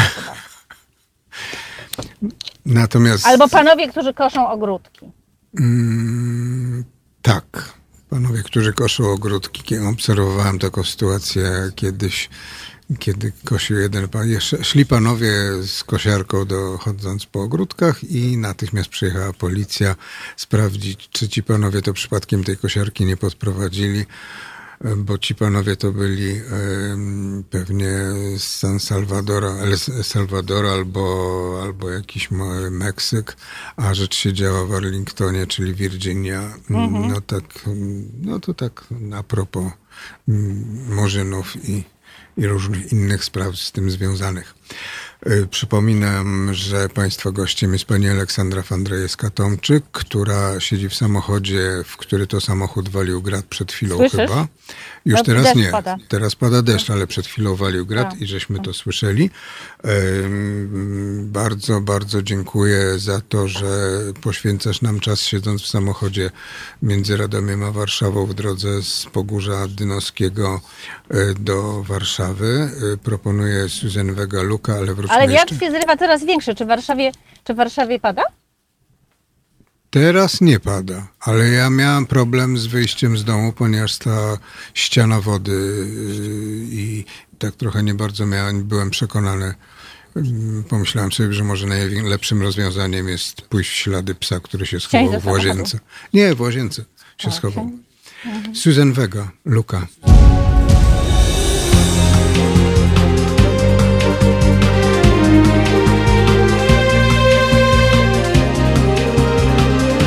Natomiast... Albo panowie, którzy koszą ogródki. Mm, tak. Panowie, którzy koszą ogródki. Obserwowałem taką sytuację kiedyś, kiedy kosił jeden pan. Szli panowie z kosiarką do, chodząc po ogródkach i natychmiast przyjechała policja sprawdzić, czy ci panowie to przypadkiem tej kosiarki nie podprowadzili. Bo ci panowie to byli e, pewnie z San Salvador, El Salvador albo, albo jakiś Meksyk, a rzecz się działa w Arlingtonie, czyli Virginia. Mhm. No tak, no to tak a propos murzynów i, i różnych innych spraw z tym związanych. Przypominam, że państwa gościem jest pani Aleksandra Fandrejewska-Tomczyk, która siedzi w samochodzie, w który to samochód walił grad przed chwilą. Słyszysz? Chyba. Już no, teraz nie. Pada. Teraz pada deszcz, ale przed chwilą walił grad no. i żeśmy no. to słyszeli. Bardzo, bardzo dziękuję za to, że poświęcasz nam czas siedząc w samochodzie między Radomiem a Warszawą w drodze z Pogórza Dynowskiego do Warszawy. Proponuję Susan Vega Luka, ale wróćmy Ale wiatr jeszcze. się zrywa coraz większy. Czy w Warszawie, czy w Warszawie pada? Teraz nie pada, ale ja miałem problem z wyjściem z domu, ponieważ ta ściana wody i tak trochę nie bardzo miałem, byłem przekonany. Pomyślałem sobie, że może najlepszym rozwiązaniem jest pójść w ślady psa, który się schował w łazience. Nie, w łazience się okay. schował. Mhm. Susan Vega, Luka.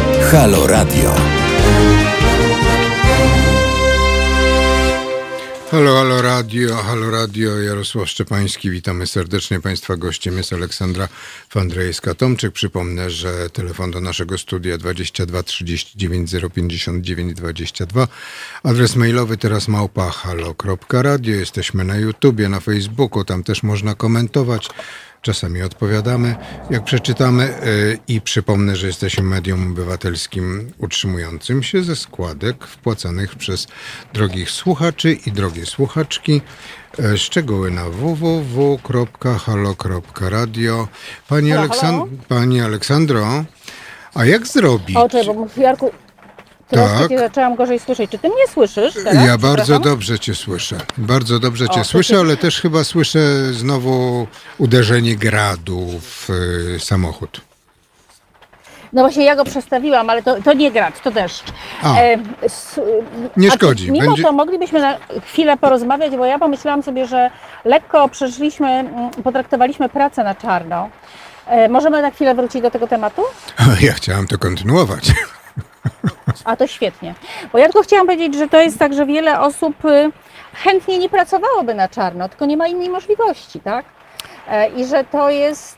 Halo Radio. Halo, halo radio, halo radio, Jarosław Szczepański, witamy serdecznie. Państwa gościem jest Aleksandra Fandrejska-Tomczyk. Przypomnę, że telefon do naszego studia dwadzieścia dwa trzydzieści dziewięć zero pięćdziesiąt dziewięć dwadzieścia dwa. Adres mailowy teraz małpa halo kropka radio. Jesteśmy na YouTubie, na Facebooku, tam też można komentować. Czasami odpowiadamy, jak przeczytamy, i przypomnę, że jesteśmy medium obywatelskim utrzymującym się ze składek wpłacanych przez drogich słuchaczy i drogie słuchaczki. Szczegóły na w w w kropka halo kropka radio. Pani, halo, Aleksand- halo? Pani Aleksandro, a jak zrobić? O, czekaj, bo Jarku, teraz tak. Zaczęłam gorzej słyszeć. Czy ty mnie słyszysz teraz? Ja bardzo dobrze cię słyszę. Bardzo dobrze cię o, słyszę, ty... ale też chyba słyszę znowu uderzenie gradu w y, samochód. No właśnie ja go przestawiłam, ale to, to nie grad, to deszcz. A, e, s, nie a szkodzi. Mimo Będzie... to moglibyśmy na chwilę porozmawiać, bo ja pomyślałam sobie, że lekko przeszliśmy, potraktowaliśmy pracę na czarno. E, możemy na chwilę wrócić do tego tematu? Ja chciałam to kontynuować. A to świetnie. Bo ja tylko chciałam powiedzieć, że to jest tak, że wiele osób chętnie nie pracowałoby na czarno, tylko nie ma innej możliwości, tak? I że to jest...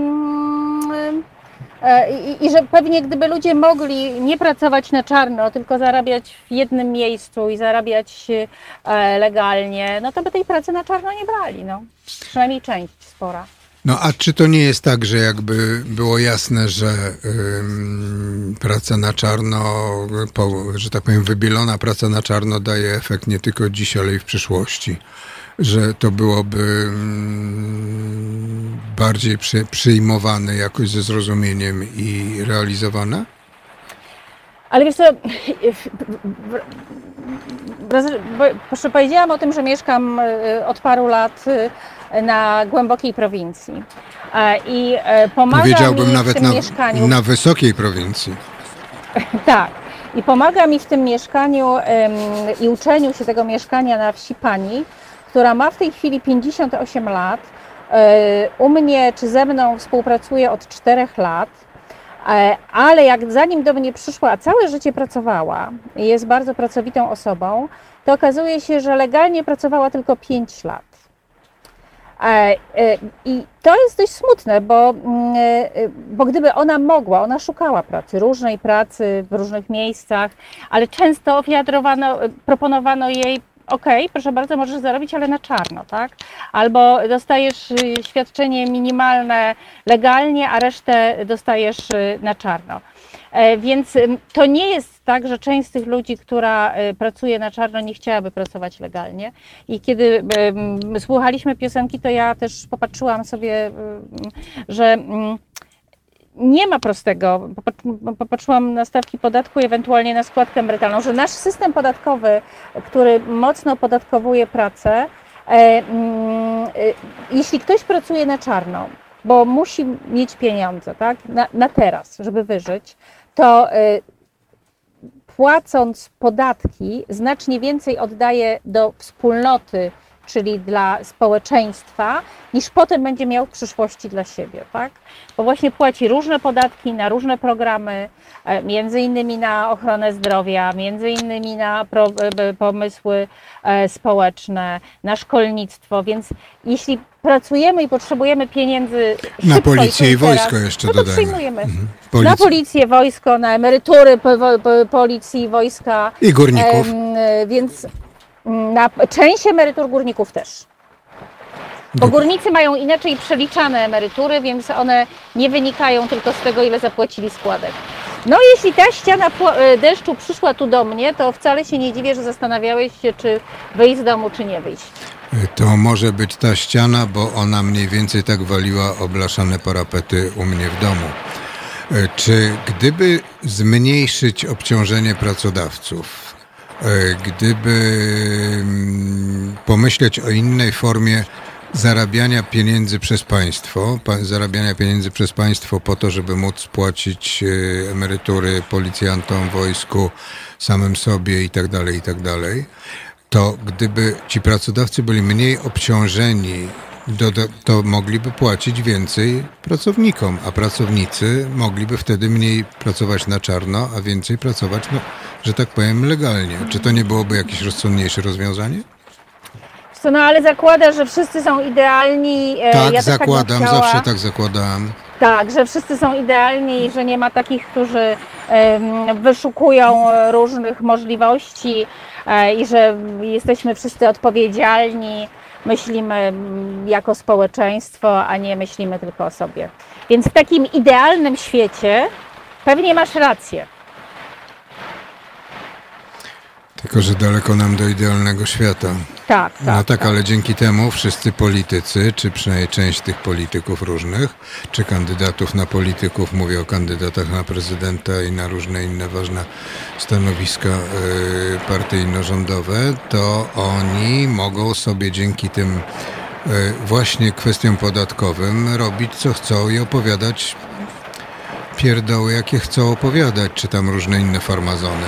I, i że pewnie gdyby ludzie mogli nie pracować na czarno, tylko zarabiać w jednym miejscu i zarabiać legalnie, no to by tej pracy na czarno nie brali, no. Przynajmniej część spora. No a czy to nie jest tak, że jakby było jasne, że ym, praca na czarno, po, że tak powiem wybielona praca na czarno daje efekt nie tylko dziś, ale i w przyszłości? Że to byłoby ym, bardziej przy, przyjmowane jakoś ze zrozumieniem i realizowane? Ale wiesz co, proszę, powiedziałam o tym, że mieszkam od paru lat na głębokiej prowincji i pomaga Powiedziałbym mi nawet w tym na, mieszkaniu... na wysokiej prowincji. Tak. I pomaga mi w tym mieszkaniu um, i uczeniu się tego mieszkania na wsi pani, która ma w tej chwili pięćdziesiąt osiem lat. U mnie czy ze mną współpracuje od czterech lat. Ale jak zanim do mnie przyszła, a całe życie pracowała, jest bardzo pracowitą osobą, to okazuje się, że legalnie pracowała tylko pięć lat. I to jest dość smutne, bo, bo gdyby ona mogła, ona szukała pracy, różnej pracy w różnych miejscach, ale często ofiarowano, proponowano jej: okej, okay, proszę bardzo, możesz zarobić, ale na czarno, tak? Albo dostajesz świadczenie minimalne legalnie, a resztę dostajesz na czarno. Więc to nie jest tak, że część z tych ludzi, która pracuje na czarno, nie chciałaby pracować legalnie. I kiedy słuchaliśmy piosenki, to ja też popatrzyłam sobie, że nie ma prostego, popatrzyłam na stawki podatku i ewentualnie na składkę emerytalną, że nasz system podatkowy, który mocno opodatkowuje pracę, jeśli ktoś pracuje na czarno, bo musi mieć pieniądze, tak, na, na teraz, żeby wyżyć, to płacąc podatki znacznie więcej oddaje do wspólnoty, czyli dla społeczeństwa, niż potem będzie miał w przyszłości dla siebie, tak? Bo właśnie płaci różne podatki na różne programy, między innymi na ochronę zdrowia, między innymi na pro, pomysły społeczne, na szkolnictwo, więc jeśli pracujemy i potrzebujemy pieniędzy na policję i wojsko teraz, jeszcze no dodajmy. Przyjmujemy. Mhm. Na policję, wojsko, na emerytury po, po, policji, wojska. I górników. E, więc na część emerytur górników też. Bo górnicy mają inaczej przeliczane emerytury, więc one nie wynikają tylko z tego, ile zapłacili składek. No jeśli ta ściana deszczu przyszła tu do mnie, to wcale się nie dziwię, że zastanawiałeś się, czy wyjść z domu, czy nie wyjść. To może być ta ściana, bo ona mniej więcej tak waliła o blaszane parapety u mnie w domu. Czy gdyby zmniejszyć obciążenie pracodawców, gdyby pomyśleć o innej formie zarabiania pieniędzy przez państwo, zarabiania pieniędzy przez państwo po to, żeby móc płacić emerytury policjantom, wojsku, samym sobie i tak dalej, i tak dalej, to gdyby ci pracodawcy byli mniej obciążeni, do, do, to mogliby płacić więcej pracownikom, a pracownicy mogliby wtedy mniej pracować na czarno, a więcej pracować, no, że tak powiem, legalnie. Czy to nie byłoby jakieś rozsądniejsze rozwiązanie? co, no ale zakłada, że wszyscy są idealni. Tak, ja zakładam, tak chciała, zawsze tak zakładam. Tak, że wszyscy są idealni i że nie ma takich, którzy um, wyszukują różnych możliwości um, i że jesteśmy wszyscy odpowiedzialni, myślimy jako społeczeństwo, a nie myślimy tylko o sobie. Więc w takim idealnym świecie pewnie masz rację. Tylko że daleko nam do idealnego świata. Tak, tak. No tak, tak, ale dzięki temu wszyscy politycy, czy przynajmniej część tych polityków różnych, czy kandydatów na polityków, mówię o kandydatach na prezydenta i na różne inne ważne stanowiska y, partyjno-rządowe, to oni mogą sobie dzięki tym y, właśnie kwestiom podatkowym robić co chcą i opowiadać pierdoły, jakie chcą opowiadać, czy tam różne inne farmazony.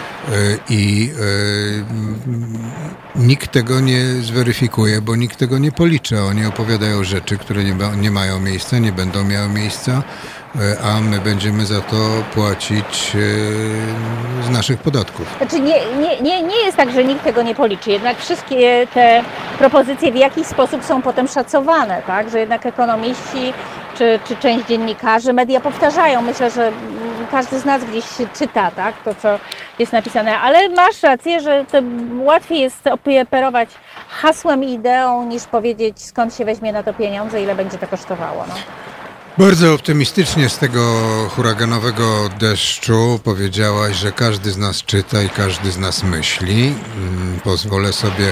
I y, nikt tego nie zweryfikuje, bo nikt tego nie policzy. Oni opowiadają rzeczy, które nie, nie mają miejsca, nie będą miały miejsca, y, a my będziemy za to płacić y, z naszych podatków. Znaczy nie, nie, nie, nie jest tak, że nikt tego nie policzy. Jednak wszystkie te propozycje w jakiś sposób są potem szacowane, tak? Że jednak ekonomiści czy, czy część dziennikarzy, media powtarzają. Myślę, że każdy z nas gdzieś czyta, tak, to co jest napisane, ale masz rację, że to łatwiej jest operować hasłem i ideą, niż powiedzieć, skąd się weźmie na to pieniądze, ile będzie to kosztowało. No. Bardzo optymistycznie z tego huraganowego deszczu powiedziałaś, że każdy z nas czyta i każdy z nas myśli. Pozwolę sobie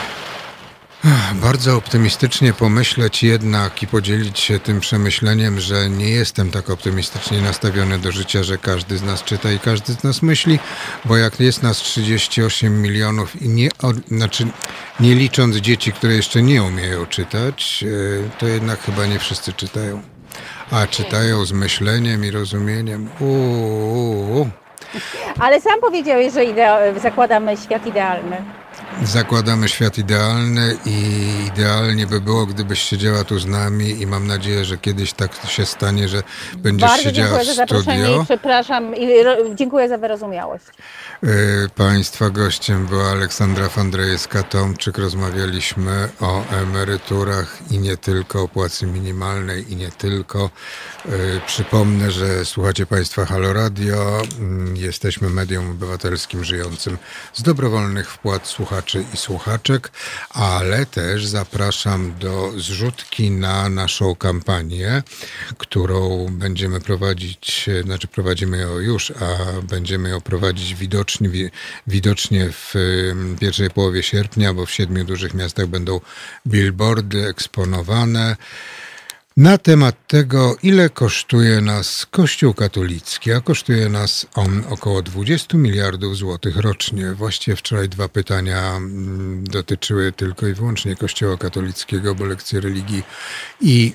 bardzo optymistycznie pomyśleć jednak i podzielić się tym przemyśleniem, że nie jestem tak optymistycznie nastawiony do życia, że każdy z nas czyta i każdy z nas myśli, bo jak jest nas trzydzieści osiem milionów i nie, znaczy nie licząc dzieci, które jeszcze nie umieją czytać, to jednak chyba nie wszyscy czytają. A czytają z myśleniem i rozumieniem. Uuu. Ale sam powiedziałeś, że idea- zakładamy świat idealny. Zakładamy świat idealny i idealnie by było, gdybyś siedziała tu z nami i mam nadzieję, że kiedyś tak się stanie, że będziesz Bardzo siedziała w studio. Bardzo dziękuję za zaproszenie i przepraszam i dziękuję za wyrozumiałość. Państwa gościem była Aleksandra Fandrejewska-Tomczyk. Rozmawialiśmy o emeryturach i nie tylko, o płacy minimalnej i nie tylko. Przypomnę, że słuchacie Państwa Halo Radio. Jesteśmy medium obywatelskim żyjącym z dobrowolnych wpłat słuchaczy i słuchaczek, ale też zapraszam do zrzutki na naszą kampanię, którą będziemy prowadzić, znaczy prowadzimy ją już, a będziemy ją prowadzić widocznie, widocznie w pierwszej połowie sierpnia, bo w siedmiu dużych miastach będą billboardy eksponowane na temat tego, ile kosztuje nas Kościół katolicki, a kosztuje nas on około dwadzieścia miliardów złotych rocznie. Właściwie wczoraj dwa pytania dotyczyły tylko i wyłącznie Kościoła katolickiego, bo lekcje religii i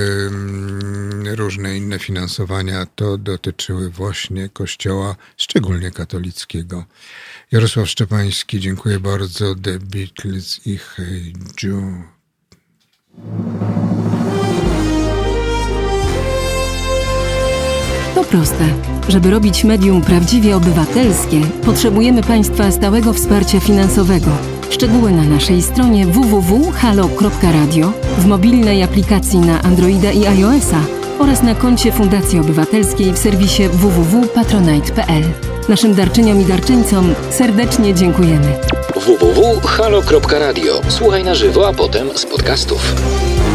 yy, różne inne finansowania to dotyczyły właśnie Kościoła, szczególnie katolickiego. Jarosław Szczepański, dziękuję bardzo. The Beatles i Hey Jude. To proste. Żeby robić medium prawdziwie obywatelskie, potrzebujemy Państwa stałego wsparcia finansowego. Szczegóły na naszej stronie w w w kropka halo kropka radio, w mobilnej aplikacji na Androida i iOS-a oraz na koncie Fundacji Obywatelskiej w serwisie w w w kropka patronite kropka p l. Naszym darczyniom i darczyńcom serdecznie dziękujemy. w w w kropka halo kropka radio. Słuchaj na żywo, a potem z podcastów.